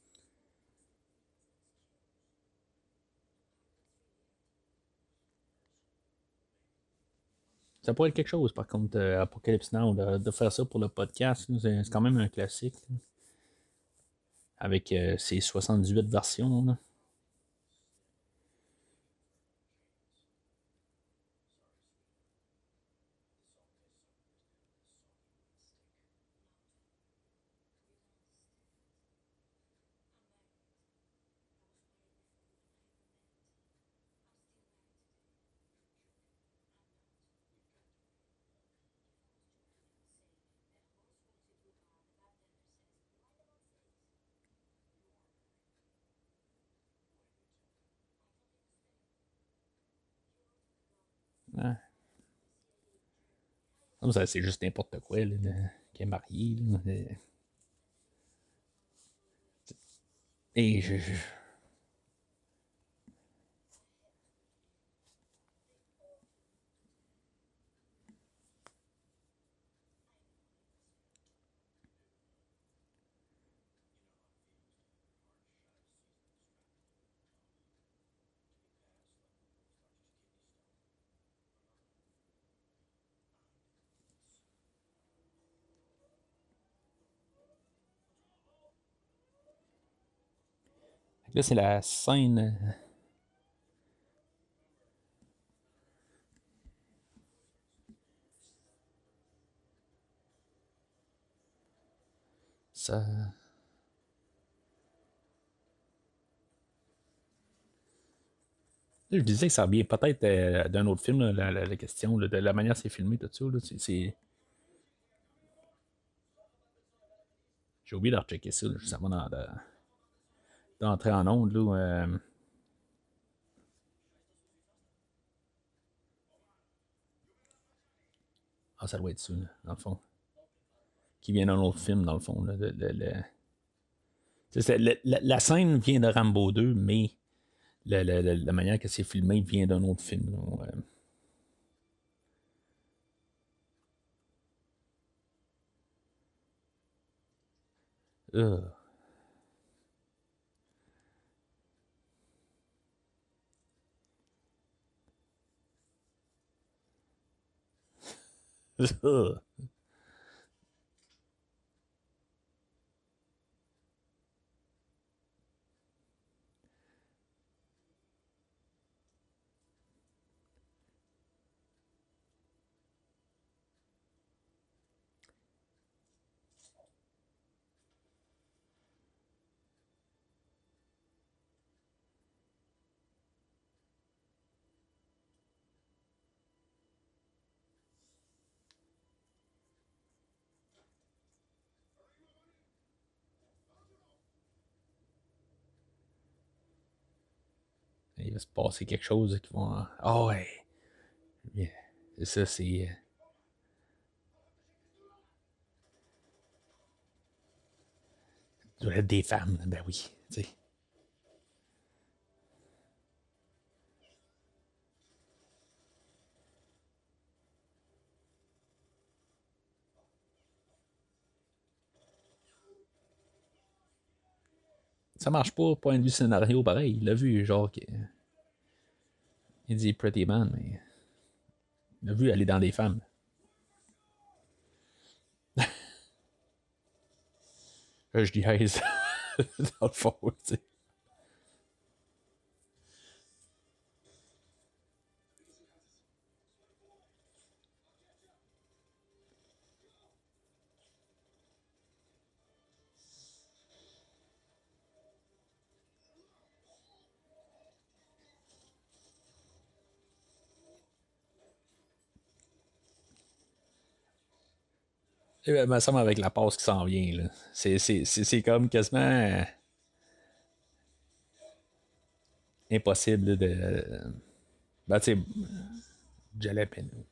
Ça pourrait être quelque chose, par contre, Apocalypse Now, de faire ça pour le podcast, là, c'est quand même un classique, là, avec ses 78 versions, là. Ouais. Comme ça, c'est juste n'importe quoi, là, qui est marié, là. Et là, c'est la scène. Ça. Je disais que ça vient peut-être d'un autre film, là, la question là, de la manière que c'est filmé, tout ça. Là, j'ai oublié de rechecker ça, là, juste avant d'entrer en onde. Là, ah, ça doit être ça, là, dans le fond. Qui vient d'un autre film, dans le fond. Là, la scène vient de Rambo 2, mais la manière que c'est filmé vient d'un autre film. Là, Il va se passer quelque chose qui va. Ah ouais. Yeah. C'est ça, c'est. Doit être des femmes, ben oui. T'sais. Ça marche pas, point de vue scénario, pareil. Il l'a vu, genre, il dit Pretty Man, mais il l'a vu aller dans des femmes. Je dis hey, dans le fond, tu sais. Et ben, il me semble avec la passe qui s'en vient, là. C'est comme quasiment impossible là, de. Ben, tu sais, Jalapeno.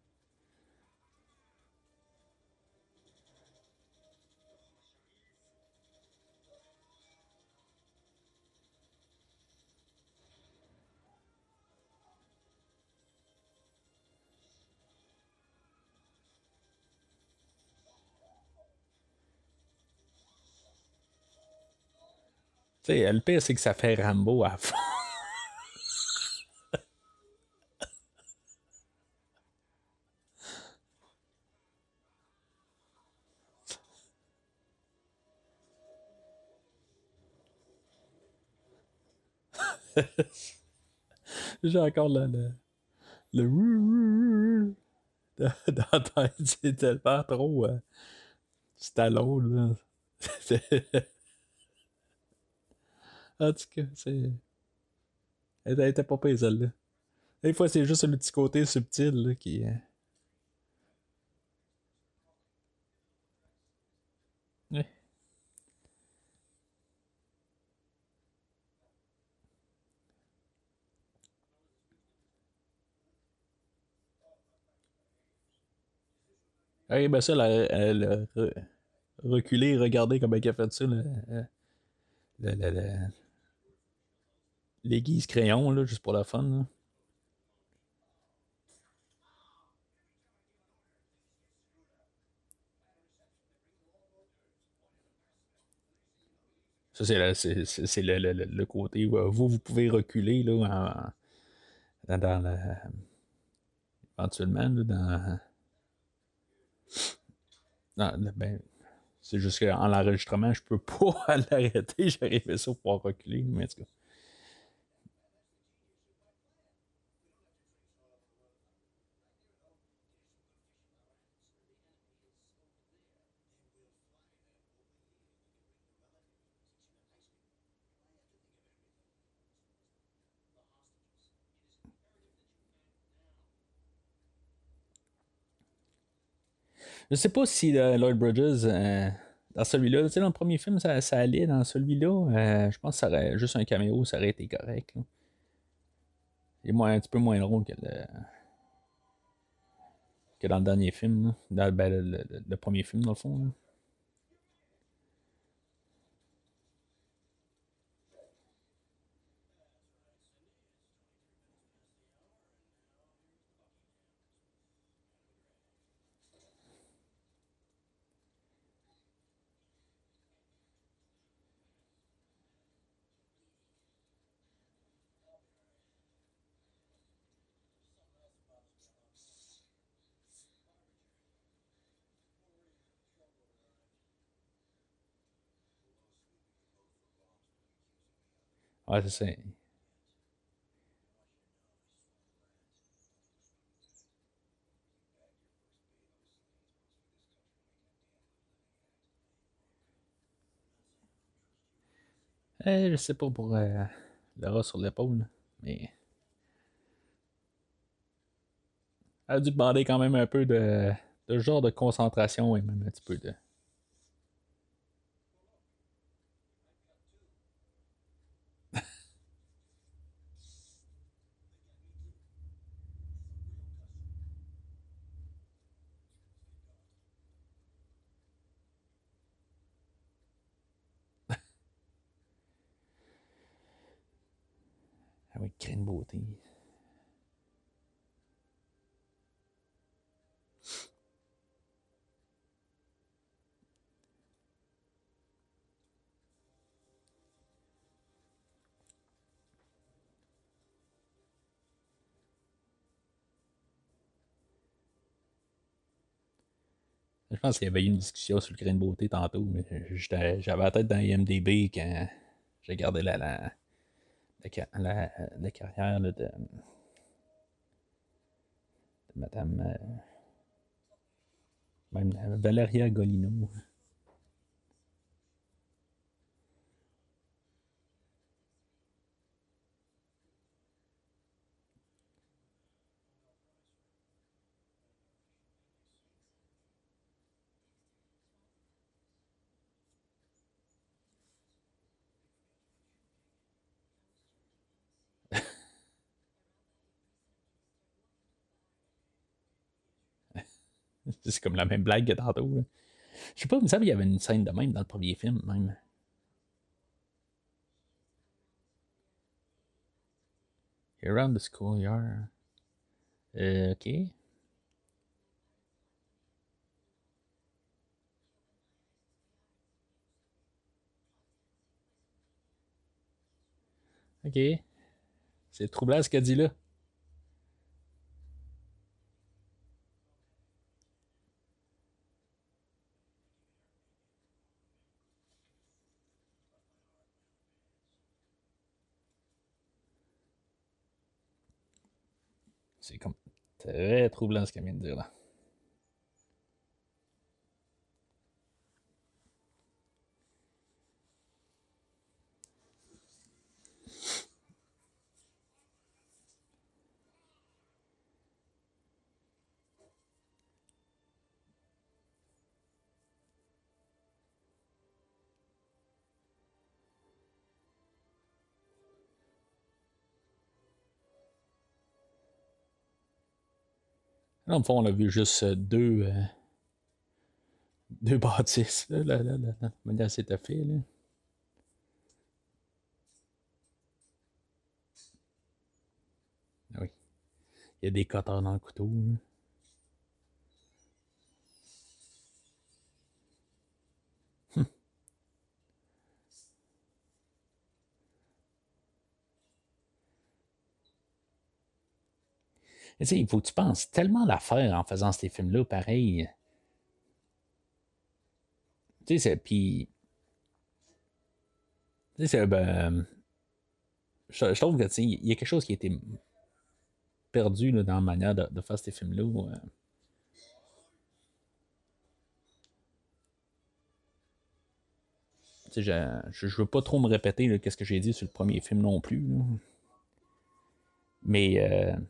Tu sais, le pire, c'est que ça fait Rambo à fond. J'ai encore le dans la tête. C'est tellement trop Stallone, là. En tout cas, c'est. Elle était pas pire, celle-là. Des fois, c'est juste le petit côté subtil là, qui. Ouais. Ah, ben ça, reculer, regarder comment elle a fait ça, le- l'aiguise crayon, là, juste pour la fun. Là. Ça, c'est le côté où vous pouvez reculer là, dans éventuellement là, ben, c'est juste qu'en l'enregistrement, je peux pas l'arrêter. J'aurais fait ça pour pouvoir reculer, mais en tout cas. Je sais pas si Lloyd Bridges, dans celui-là, tu sais, dans le premier film, ça allait. Dans celui-là, je pense que ça aurait, juste un caméo, ça aurait été correct. Là. Il est un petit peu moins drôle que dans le dernier film. Là. Dans ben, le premier film, dans le fond. Là. Ouais, c'est ça. Je sais pas pour le rat sur l'épaule, là. Mais elle a dû demander quand même un peu de genre de concentration et même un petit peu de. Ah oui, crème beauté. Je pense qu'il y avait eu une discussion sur le grain de beauté tantôt, mais j'avais la tête dans IMDB quand j'ai regardé la carrière là, de Madame même Valeria Golino. C'est comme la même blague que tantôt. Là. Je sais pas, il me semble qu'il y avait une scène de même dans le premier film, même. Around the schoolyard. Ok. Ok. C'est troublant ce qu'elle dit là. C'est comme très troublant ce qu'elle vient de dire là. Dans le fond, on a vu juste deux bâtisses. La manière c'était fait. Là. Ah oui. Il y a des cutters dans le couteau. Là. Tu sais, il faut que tu penses tellement l'affaire en faisant ces films-là, pareil. Tu sais, puis, tu sais, je trouve que, tu sais, il y a quelque chose qui a été perdu là, dans la manière de faire ces films-là. Tu sais, je veux pas trop me répéter là, qu'est-ce que j'ai dit sur le premier film non plus. Là. Mais,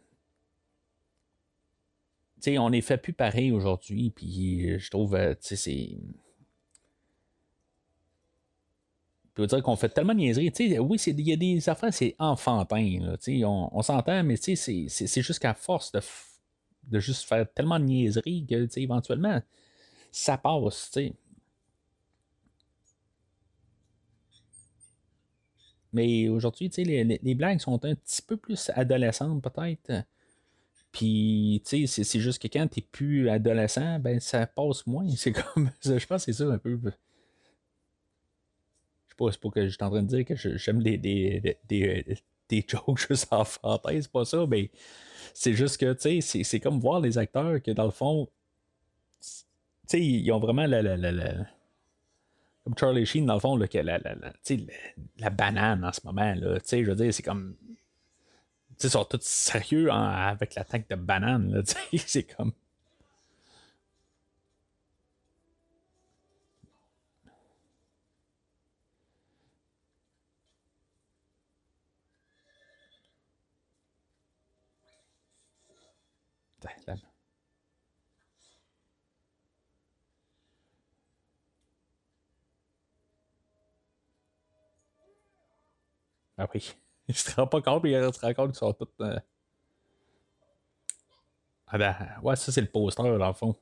tu sais, on est fait plus pareil aujourd'hui, puis je trouve, tu sais, c'est. Je veux dire qu'on fait tellement de niaiseries. Tu sais, oui, il y a des affaires, c'est enfantin. Là, tu sais, on s'entend, mais tu sais, c'est juste qu'à force de juste faire tellement de niaiseries que, tu sais, éventuellement, ça passe, tu sais. Mais aujourd'hui, tu sais, les blagues sont un petit peu plus adolescentes, peut-être. Puis, tu sais, c'est juste que quand t'es plus adolescent, ben, ça passe moins. C'est comme, je pense que c'est ça un peu. Je sais pas, c'est pas que je suis en train de dire que j'aime des jokes juste enfantins, c'est pas ça, mais c'est juste que, tu sais, c'est comme voir les acteurs que, dans le fond, tu sais, ils ont vraiment comme Charlie Sheen, dans le fond, là, que la banane en ce moment, là, je veux dire, c'est comme. Ils sont tous sérieux avec l'attaque de banane, là, c'est comme. Ah oui. Il se rend pas compte, mais il se rend compte qu'ils sont tous. Ah ben, ouais, ça, c'est le poster, dans le fond.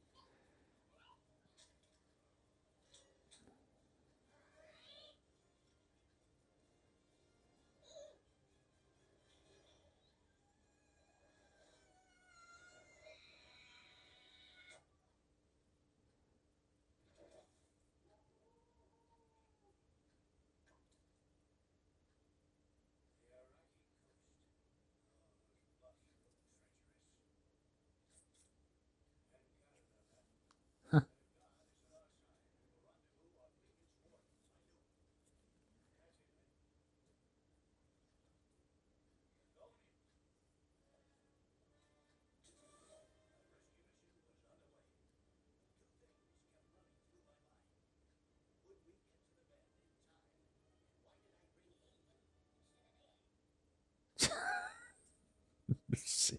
C'est-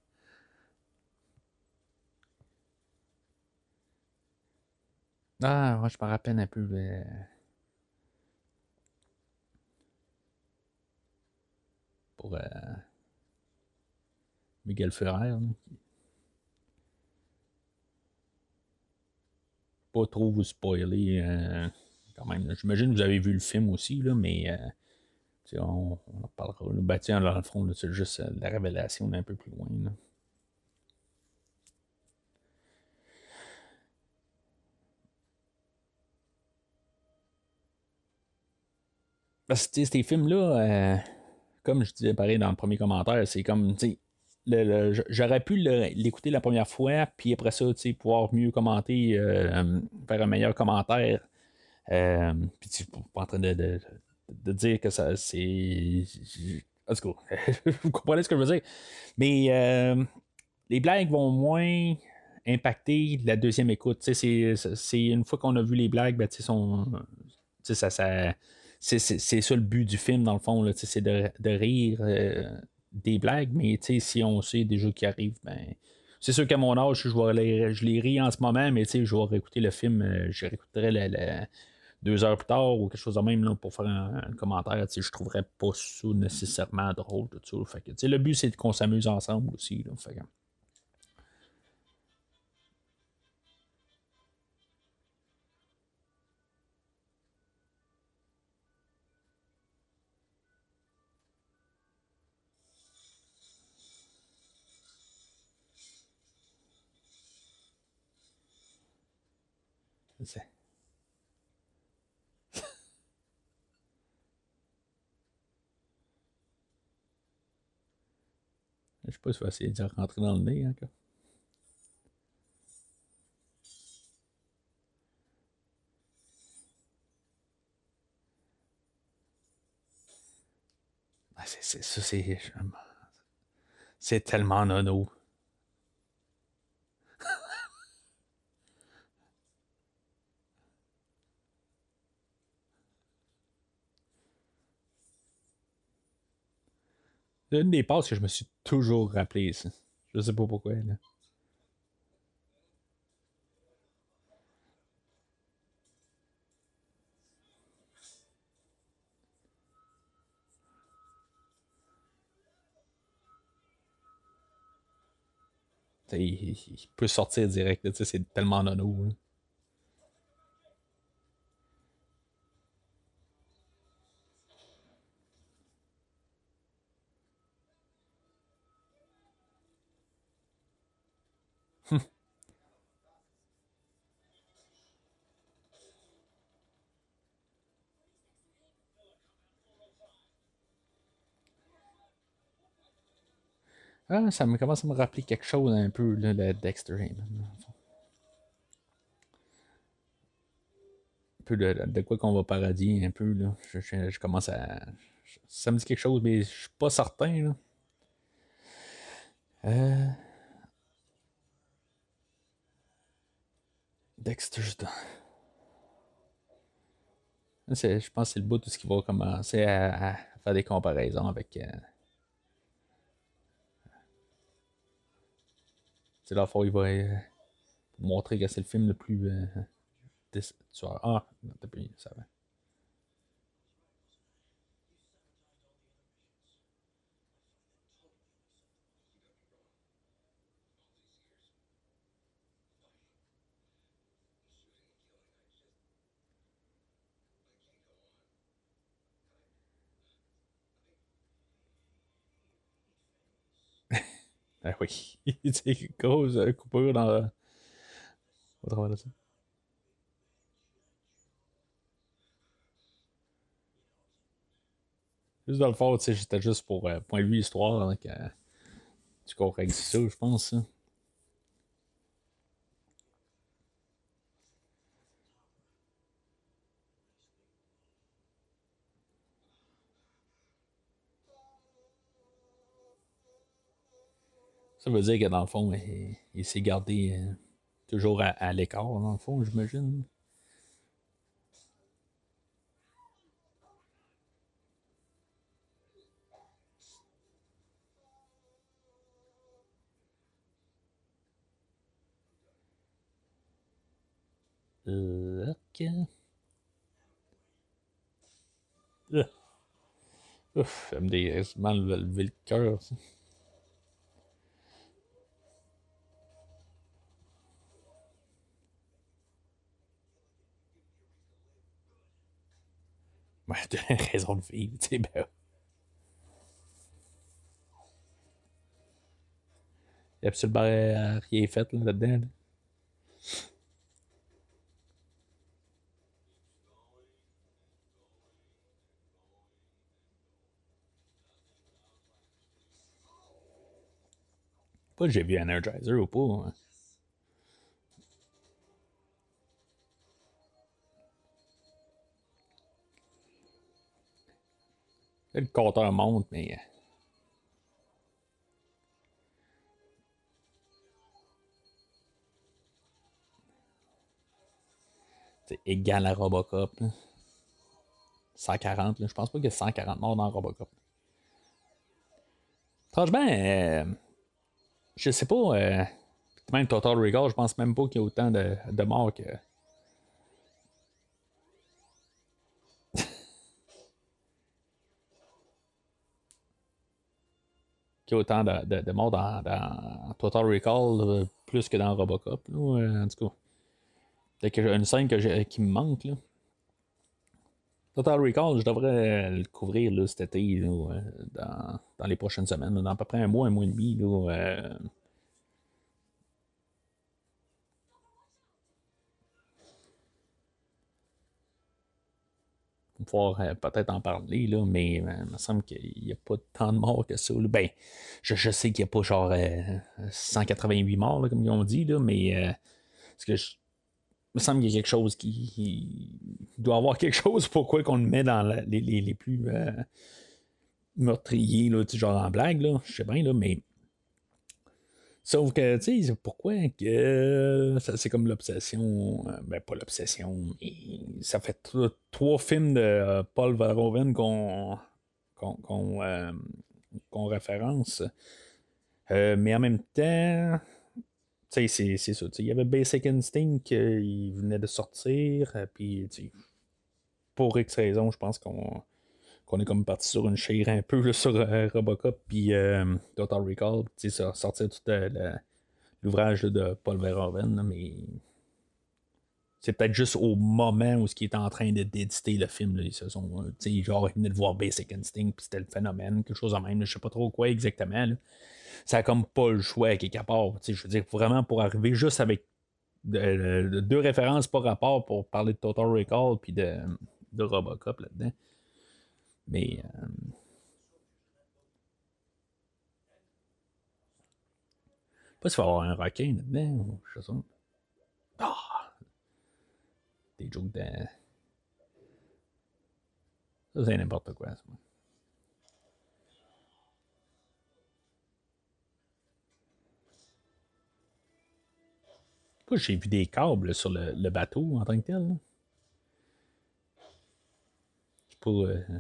Ah, ouais, je me rappelle un peu pour Miguel Ferrer. Là. Pas trop vous spoiler quand même. Là. J'imagine que vous avez vu le film aussi, là, mais on en parlera. Là. Ben, tiens, dans le fond, là, c'est juste la révélation d'un peu plus loin. Là. Parce que ces films-là, comme je disais pareil dans le premier commentaire, c'est comme, tu sais, j'aurais pu l'écouter la première fois, puis après ça, tu sais, pouvoir mieux commenter, faire un meilleur commentaire. Puis tu suis pas en train de dire que ça, c'est. En tout cas, vous comprenez ce que je veux dire. Mais les blagues vont moins impacter la deuxième écoute. Tu sais, c'est une fois qu'on a vu les blagues, ben, tu sais, c'est ça le but du film, dans le fond, là, tu sais, c'est de rire des blagues, mais tu sais, si on sait déjà qui arrive, ben. C'est sûr qu'à mon âge, je les ris en ce moment, mais tu sais, je vais réécouter le film, je réécouterai 2 heures plus tard ou quelque chose de même là, pour faire un commentaire. Je trouverais pas ça nécessairement drôle, tout ça. Fait que, le but, c'est qu'on s'amuse ensemble aussi. Là, fait que, c'est- je sais pas si je vais essayer de rentrer dans le nez. Hein, ah, ça, c'est tellement nono. C'est une des passes que je me suis toujours rappelé, ça. Je sais pas pourquoi. Là. Il peut sortir direct. Là, c'est tellement nono. Là. Ah, ça me commence à me rappeler quelque chose un peu, là, le Dexter Heyman. Un peu de quoi qu'on va parodier, un peu, là. Je commence à. Ça me dit quelque chose, mais je suis pas certain, là. Euh, Dexter's Done. Je pense que c'est le bout de ce qui va commencer à faire des comparaisons avec. C'est la fois où il va montrer que c'est le film le plus. Ah, non, t'as pas ça va. Ah oui. C'est grosse coupure au travers de ça. Juste dans le fond, tu sais, c'était juste pour point de vue histoire, hein, que tu corriges ça, je pense. Ça. Ça veut dire que dans le fond, il s'est gardé toujours à l'écart, dans le fond, j'imagine. Ok. Euh, Ouf, ça me dit mal lever le cœur, ça. Ouais, t'as raison de vivre, tu sais, ben, il y a absolument rien fait là-dedans. Là. Pas que j'ai vu Energizer ou pas. Hein. Le compteur monte, mais c'est égal à Robocop. Là. 140, là. Je pense pas qu'il y a 140 morts dans Robocop. Franchement, je sais pas. Même Total Recall, je pense même pas qu'il y a autant de morts qu'il y a autant de morts dans Total Recall, plus que dans Robocop. Là, en tout cas, c'est une scène qui me manque. Là. Total Recall, je devrais le couvrir là, cet été, là, dans les prochaines semaines, là, dans à peu près un mois et demi. Là, pour pouvoir peut-être en parler, là, mais il me semble qu'il n'y a pas tant de morts que ça. Là. Ben, je sais qu'il n'y a pas genre 188 morts, là, comme ils ont dit, là, mais parce que il me semble qu'il y a quelque chose il doit y avoir quelque chose pourquoi qu'on le met dans les plus meurtriers, là, genre en blague, là, je sais bien, là, mais sauf que, tu sais, pourquoi que ça, c'est comme l'obsession, ben pas l'obsession, mais ça fait trois films de Paul Verhoeven qu'on, qu'on référence. Mais en même temps, tu sais, c'est ça. Tu sais, il y avait Basic Instinct qui venait de sortir, puis tu sais, pour X raison, je pense qu'on est comme parti sur une chire un peu là, sur Robocop, puis Total Recall, tu sais, sortir tout l'ouvrage là, de Paul Verhoeven, là, mais c'est peut-être juste au moment où il est en train d'éditer le film, là, ils se sont, tu sais, genre, ils venaient de voir Basic Instinct, puis c'était le phénomène, quelque chose en même, là, je sais pas trop quoi exactement, là. Ça a comme pas le choix à quelque part, tu sais, je veux dire, vraiment pour arriver juste avec deux références par rapport pour parler de Total Recall puis de Robocop là-dedans. Mais pas s'il va y avoir un requin là-dedans, ou je sais pas. Ah, des jokes de. Ça, c'est n'importe quoi. Ça. Moi, j'ai vu des câbles sur le bateau en tant que tel. Là. Je sais pas,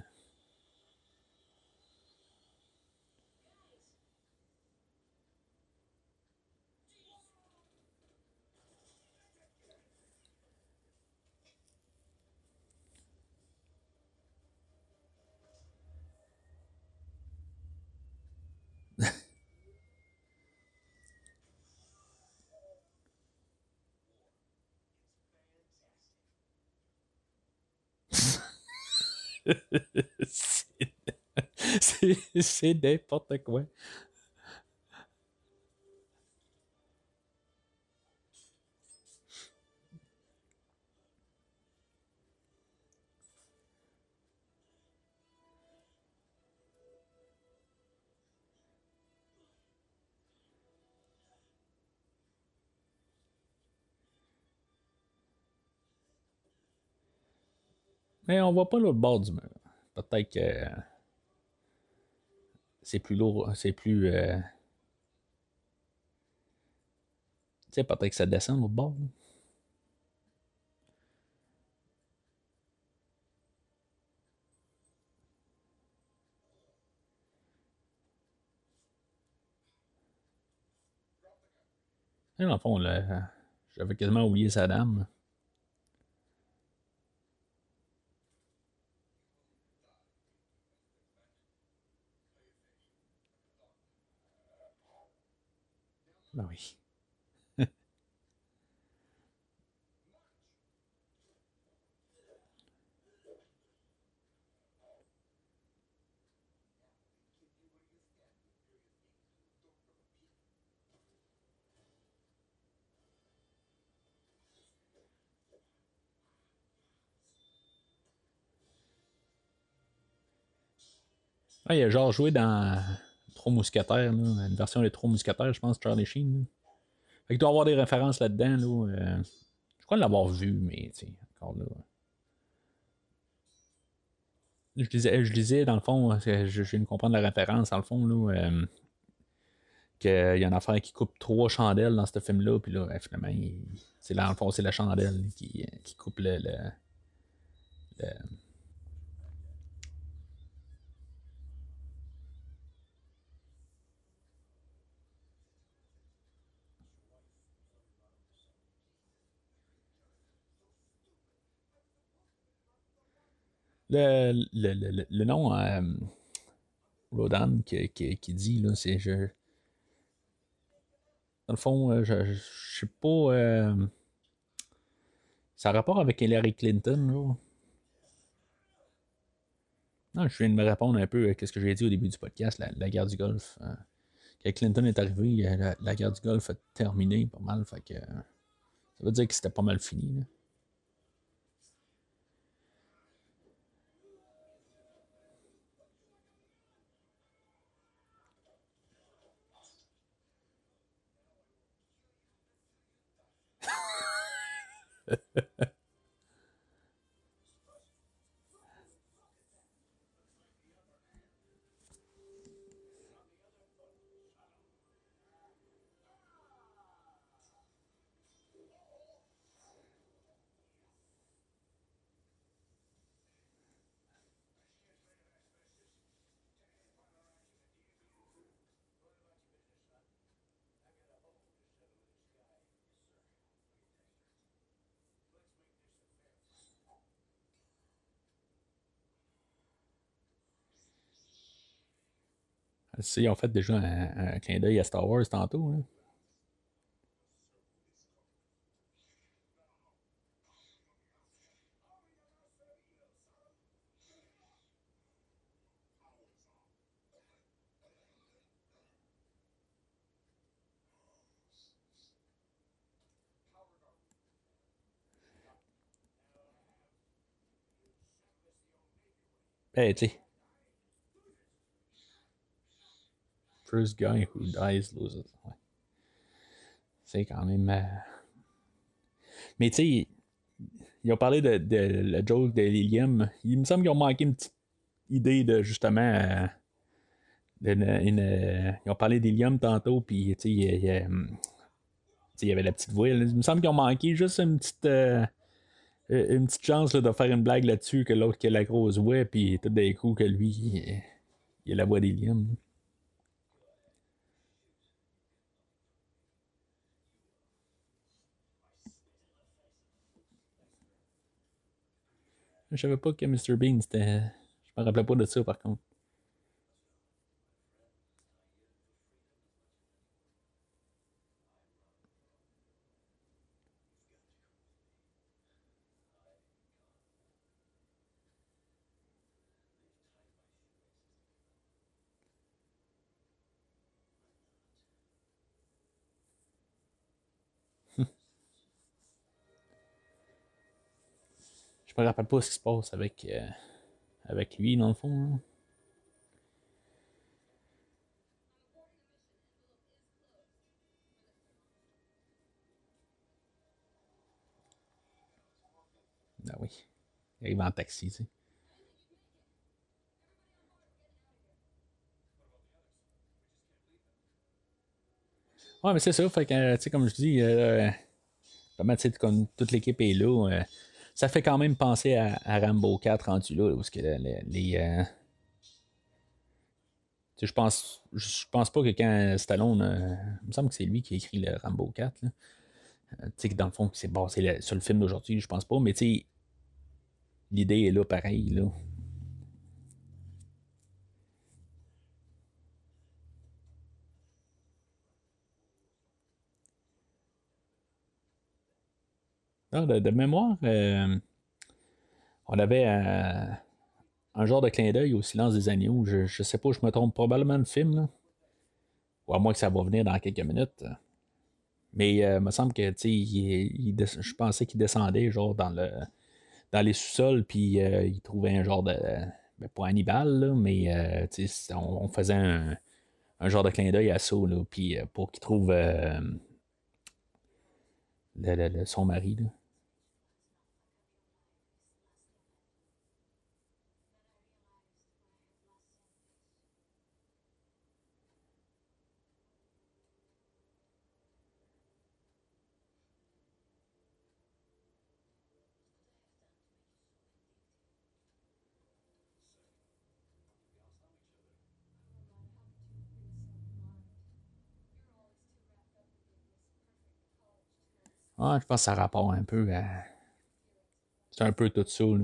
c'est c'est n'importe quoi. Mais on voit pas l'autre bord du mur. Peut-être que c'est plus lourd, c'est plus. Tu sais, peut-être que ça descend l'autre bord. Là. Et dans le fond, là, j'avais quasiment oublié sa dame. Ben oui. Ah, il a genre joué dans Trois Mousquetaires, là, une version des Trois Mousquetaires, je pense, Charlie Sheen. Là. Fait qu'il doit y avoir des références là-dedans. Là, je crois l'avoir vu, mais tu sais, encore là. Je disais, dans le fond, je viens de comprendre la référence, dans le fond, là, qu'il y a une affaire qui coupe trois chandelles dans ce film-là, puis là, finalement, c'est dans le fond, c'est la chandelle qui coupe le nom Rodan qui dit, là, c'est. Dans le fond, je sais pas. Ça a rapport avec Hillary Clinton, là. Non, je viens de me répondre un peu à ce que j'ai dit au début du podcast, la guerre du Golfe. Quand Clinton est arrivé, la guerre du Golfe a terminé pas mal. Fait que, ça veut dire que c'était pas mal fini. Là. Ils ont fait déjà un clin d'œil à Star Wars tantôt. Là. Ben, tu sais, first guy who dies loses. Ouais. C'est quand même. Mais tu sais, ils ont parlé de la joke de Lilium. Il me semble qu'ils ont manqué une petite idée de justement. Ils ont parlé d'hélium tantôt, puis il y avait la petite voix. Il me semble qu'ils ont manqué juste une petite chance là, de faire une blague là-dessus que l'autre qui a la grosse voix, puis tout d'un coup que lui, il a la voix d'hélium. Je savais pas que Mr. Bean, c'était. Je me rappelais pas de ça par contre. Je me rappelle pas ce qui se passe avec lui, dans le fond. Hein. Ah oui. Il arrive en taxi, tu sais. Ouais, mais c'est ça. Fait que, tu sais, comme je dis, vraiment, tu sais, comme toute l'équipe est là. Ça fait quand même penser à Rambo 4 rendu là, parce que je pense pas que quand Stallone, il me semble que c'est lui qui a écrit le Rambo 4, là. Tu sais, que dans le fond, c'est basé sur le film d'aujourd'hui, je pense pas, mais tu sais, l'idée est là pareil, là. Ah, de mémoire, on avait un genre de clin d'œil au silence des agneaux. Je sais pas, je me trompe probablement de film, là. Ou à moins que ça va venir dans quelques minutes. Mais il me semble que, tu sais, je pensais qu'il descendait, genre, dans les sous-sols, puis il trouvait un genre de. Ben, pas Hannibal, là, mais tu sais, on faisait un genre de clin d'œil à ça, là, puis pour qu'il trouve son mari. Là. Ah, je pense que ça rapporte un peu à. C'est un peu tout ça. Là,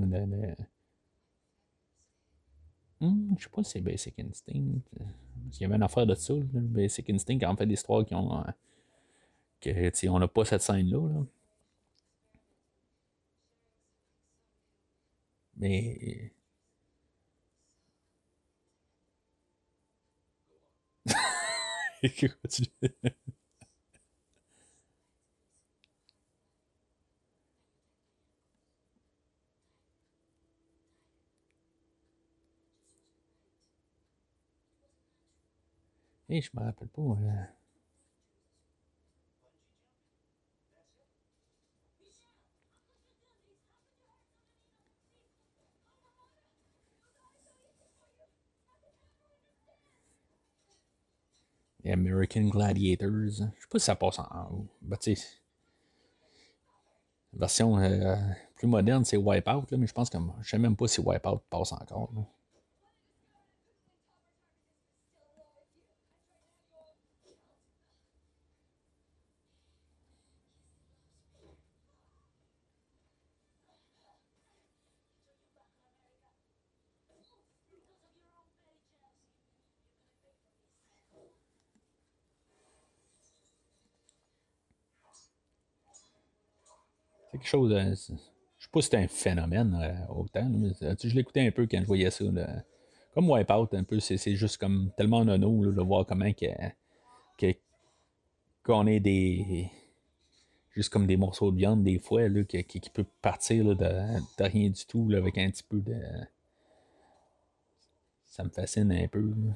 je sais pas si c'est Basic Instinct. Parce qu'il y avait une affaire de ça, là, Basic Instinct, en fait, d'histoires qui ont. Que, tu sais, on n'a pas cette scène-là. Là. Mais. Je me rappelle pas. American Gladiators. Je sais pas si ça passe en. Ben, tu sais, version plus moderne, c'est Wipeout, là, mais je pense que je sais même pas si Wipeout passe encore. Là. C'est quelque chose. Je sais pas si c'était un phénomène autant, là, mais je l'écoutais un peu quand je voyais ça. Là. Comme Wipeout, un peu, c'est juste comme tellement nono là, de voir comment que- qu'on ait des. Juste comme des morceaux de viande, des fois, là, qui peut partir là, de rien du tout, là, avec un petit peu de. Ça me fascine un peu. Là.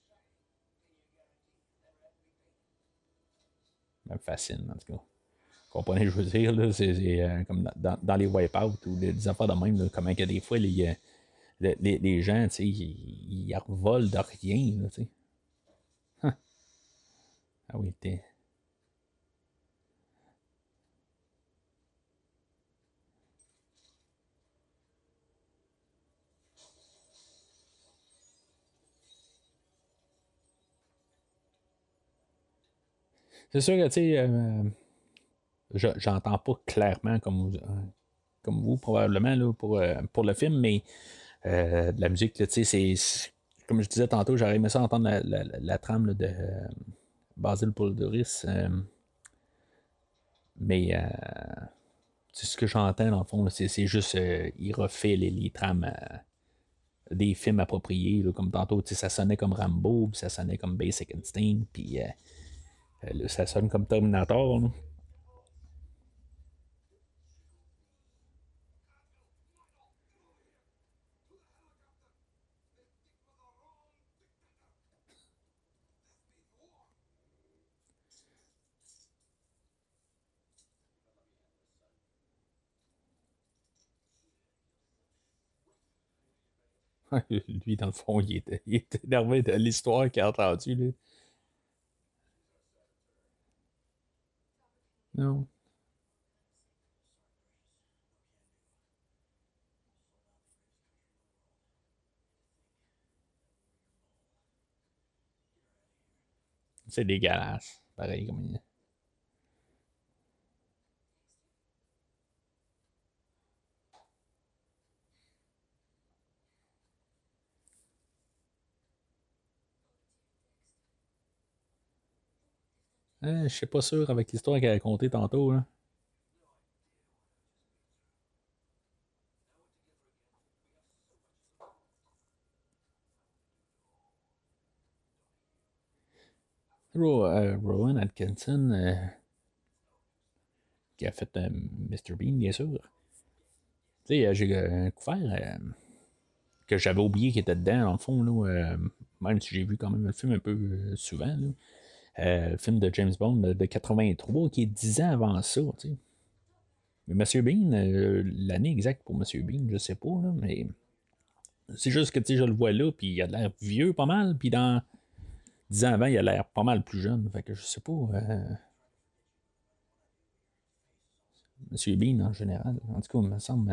Ça me fascine, en tout cas. comprenez, je veux dire, là, c'est comme dans les wipeouts ou des affaires de même, là, comment que des fois, les gens, tu sais, ils revolent de rien, là, tu sais. Ah oui, c'est sûr que, tu sais, j'entends pas clairement comme vous probablement, là, pour le film, mais de la musique, là, tu sais, comme je disais tantôt, j'aurais aimé ça entendre la trame là, de Basil Poledouris, mais c'est ce que j'entends dans le fond, là, c'est juste, il refait les trames des films appropriés, là, comme tantôt, tu sais, ça sonnait comme Rambo, puis ça sonnait comme Basic Instinct, puis là, ça sonne comme Terminator. Là. Lui, dans le fond, il était énervé de l'histoire qu'il a entendue. Là. Non, c'est dégueulasse. Pareil comme il je suis pas sûr avec l'histoire qu'elle a racontée tantôt. Là. Rowan Atkinson, qui a fait Mr. Bean, bien sûr. Tu sais, j'ai couvert que j'avais oublié qu'il était dedans, dans le fond, là, même si j'ai vu quand même le film un peu souvent. Là. Le film de James Bond de 83, qui est 10 ans avant ça. Tu sais. Mais Monsieur Bean, l'année exacte pour Monsieur Bean, je sais pas, là, mais c'est juste que tu sais, je le vois là, puis il a l'air vieux pas mal, puis dans 10 ans avant, il a l'air pas mal plus jeune. Fait que je sais pas. Monsieur Bean en général. En tout cas, il me semble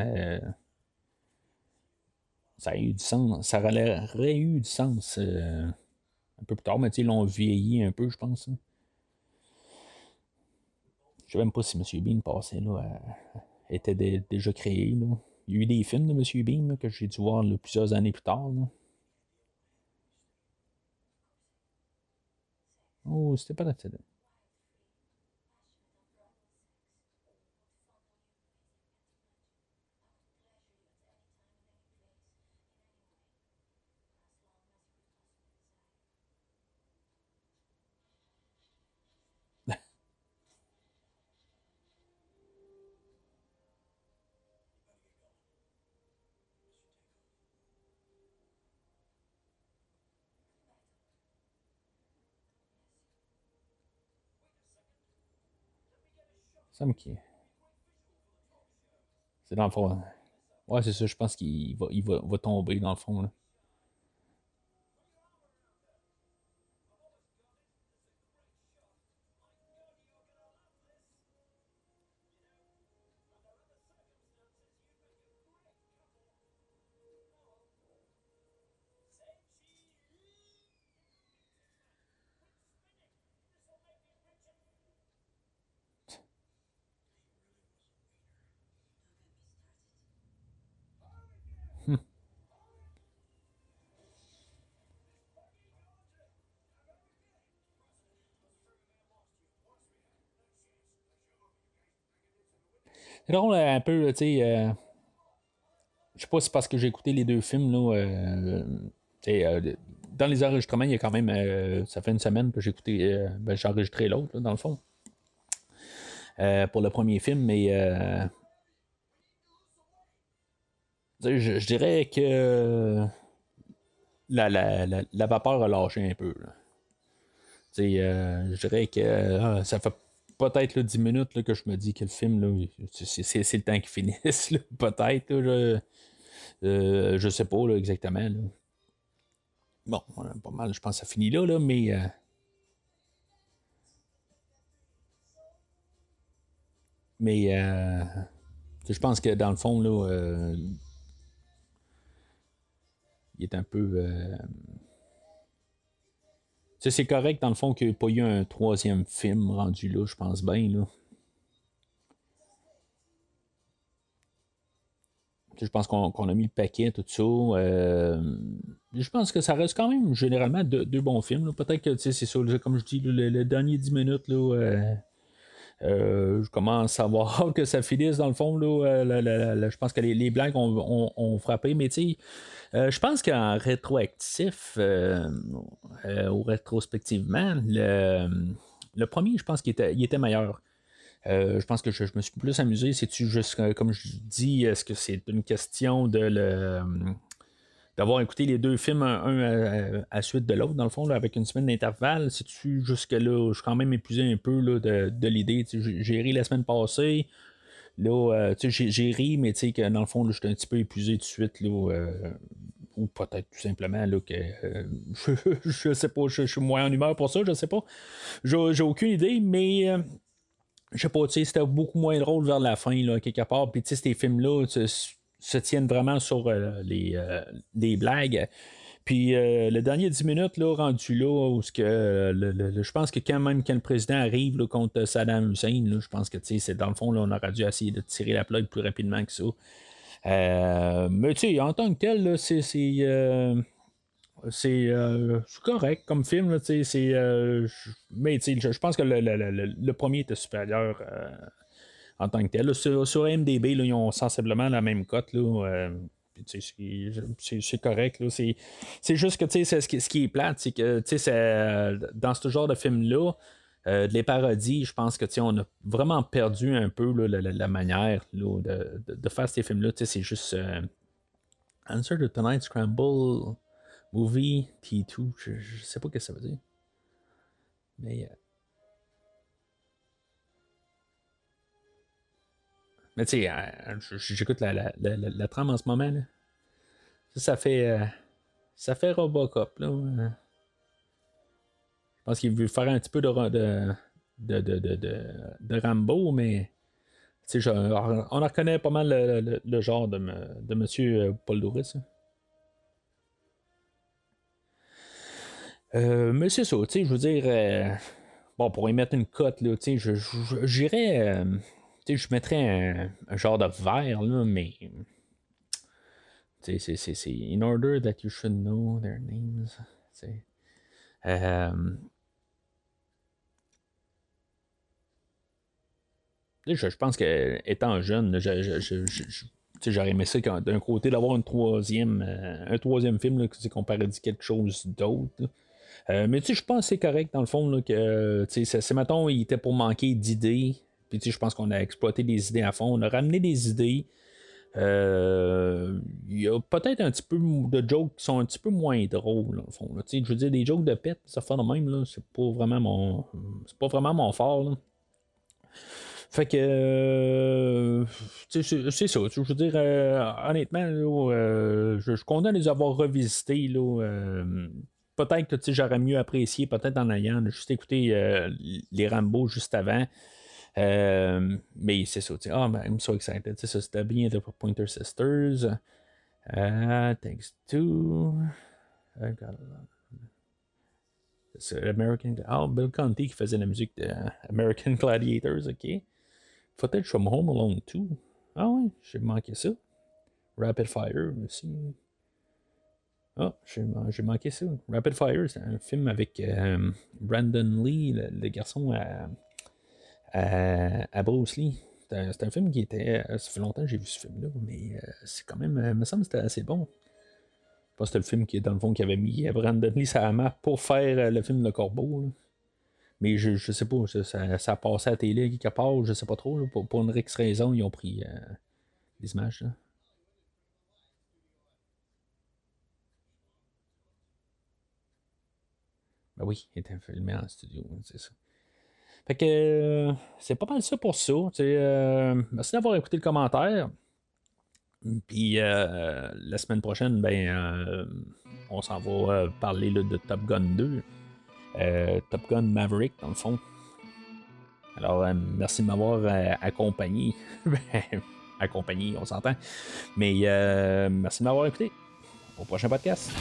ça a eu du sens. Ça aurait eu du sens un peu plus tard, mais tu sais, ils l'ont vieilli un peu, je pense. Hein. Je sais même pas si Monsieur Bean passait là, était déjà créé. Là. Il y a eu des films de Monsieur Bean là, que j'ai dû voir là, plusieurs années plus tard. Là. Oh, c'était pas la télé. Ça me qui. C'est dans le fond. Hein. Ouais, c'est ça, je pense qu'il va tomber dans le fond. Là. C'est drôle un peu, tu sais. Je sais pas si c'est parce que j'ai écouté les deux films, là. Tu sais, dans les enregistrements, il y a quand même. Ça fait une semaine que j'ai écouté. Ben, j'ai enregistré l'autre, là, dans le fond, pour le premier film, mais tu sais, je dirais que la vapeur a lâché un peu. Là. Tu sais, je dirais que ça fait peut-être là, 10 minutes là, que je me dis que le film, là, c'est le temps qu'il finisse. Là, peut-être. Là, je sais pas là, exactement. Là. Bon, pas mal, je pense que ça finit là, mais. Mais je pense que dans le fond, là, il est un peu. C'est correct dans le fond qu'il n'y ait pas eu un troisième film rendu là, je pense bien. Là. Je pense qu'on a mis le paquet, tout ça. Je pense que ça reste quand même généralement deux bons films. Là. Peut-être que c'est ça, comme je dis, le dernier 10 minutes, là, je commence à voir hâte que ça finisse dans le fond. Là, je pense que les blagues ont frappé, mais tu sais, je pense qu'en rétroactif ou rétrospectivement, le premier, je pense qu'il était meilleur. Je pense que je me suis plus amusé. C'est-tu juste, comme je dis, est-ce que c'est une question d'avoir écouté les deux films à suite de l'autre, dans le fond, là, avec une semaine d'intervalle? C'est-tu jusque-là, je suis quand même épuisé un peu là, de l'idée. J'ai ri la semaine passée. Là, j'ai ri, mais tu sais que dans le fond, j'étais un petit peu épuisé tout de suite. Là, ou peut-être tout simplement là, que je sais pas, je suis moins en humeur pour ça, je sais pas. J'ai aucune idée, mais je sais pas, tu sais, c'était beaucoup moins drôle vers la fin, là, quelque part. Puis, tu sais, ces films-là se tiennent vraiment sur les blagues. Puis, le dernier 10 minutes, là, rendu là, où ce que, je pense que quand le président arrive là, contre Saddam Hussein, là, je pense que, tu sais, c'est dans le fond, là, on aurait dû essayer de tirer la plug plus rapidement que ça. Mais, tu sais, en tant que tel, là, c'est correct comme film, là, tu sais, mais tu sais, je pense que le premier était supérieur en tant que tel. Là, sur MDB, là, ils ont sensiblement la même cote. Là, puis, tu sais, c'est correct. Là, c'est juste que tu sais, ce qui est plate, c'est que tu sais, dans ce genre de film-là, de les parodies, je pense que tu sais, on a vraiment perdu un peu là, la manière là, de faire ces films-là. Tu sais, c'est juste Answer the Tonight Scramble. Movie T2, je sais pas ce que ça veut dire. Mais tu sais, j'écoute la trame en ce moment. Là. Ça fait Robocop. Là. Je pense qu'il veut faire un petit peu de Rambo, mais tu sais, on reconnaît pas mal le genre de Monsieur Paul Doris. Hein. Mais c'est ça, tu sais, je veux dire, bon, pour y mettre une cote, là, tu sais, j'irais, tu sais, je mettrais un genre de verre, là, mais, tu sais, c'est in order that you should know their names, tu sais. Euh, je pense que étant jeune, tu sais, j'aurais aimé ça d'un côté d'avoir un troisième film là, qu'on parodie quelque chose d'autre. Là. Mais tu sais, je pense que c'est correct dans le fond là, que tu sais, mettons, il était pour manquer d'idées. Puis tu sais, je pense qu'on a exploité des idées à fond. On a ramené des idées. Il y a peut-être un petit peu de jokes qui sont un petit peu moins drôles, dans le fond. Là. Tu sais, je veux dire, des jokes de pète, ça fait de même, là, c'est pas vraiment mon fort. Là. Fait que, c'est ça. Je veux dire, honnêtement, là, je suis content de les avoir revisités. Là, peut-être que j'aurais mieux apprécié, peut-être en ayant juste écouté les Rambo juste avant. Mais c'est ça. Ah, ben, I'm so excited. C'est ça, c'était bien The Pointer Sisters. Thanks to. C'est American. Ah, Bill Conti qui faisait la musique de American Gladiators, ok. Footage from Home Alone 2. Ah ouais, j'ai manqué ça. Rapid Fire aussi. Ah, j'ai manqué ça. Rapid Fire, c'est un film avec Brandon Lee, le garçon à Bruce Lee. C'est un film qui était. Ça fait longtemps que j'ai vu ce film-là, mais c'est quand même. Il me semble que c'était assez bon. Je pense que c'était le film qui, dans le fond, qui avait mis Brandon Lee sur la map pour faire le film Le Corbeau. Là. Mais je sais pas, ça a passé à la télé quelque part, je sais pas trop. Là, pour une X raison, ils ont pris des images. Là. Ben oui, il était filmé en studio, c'est ça. Fait que c'est pas mal ça pour ça. Merci d'avoir écouté le commentaire. Puis la semaine prochaine, on s'en va parler là, de Top Gun 2. Top Gun Maverick, dans le fond. Alors, merci de m'avoir accompagné. Accompagné, on s'entend. Mais merci de m'avoir écouté. Au prochain podcast.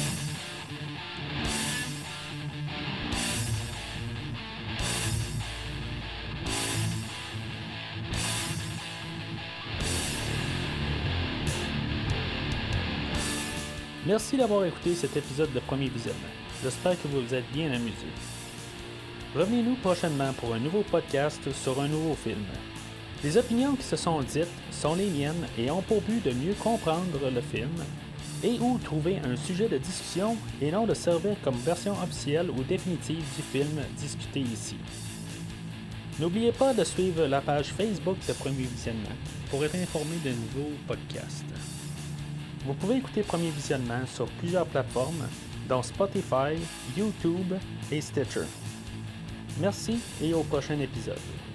Merci d'avoir écouté cet épisode de Premier Visionnement. J'espère que vous vous êtes bien amusé. Revenez-nous prochainement pour un nouveau podcast sur un nouveau film. Les opinions qui se sont dites sont les miennes et ont pour but de mieux comprendre le film et ou trouver un sujet de discussion et non de servir comme version officielle ou définitive du film discuté ici. N'oubliez pas de suivre la page Facebook de Premier Visionnement pour être informé de nouveaux podcasts. Vous pouvez écouter Premier Visionnement sur plusieurs plateformes, dont Spotify, YouTube et Stitcher. Merci et au prochain épisode.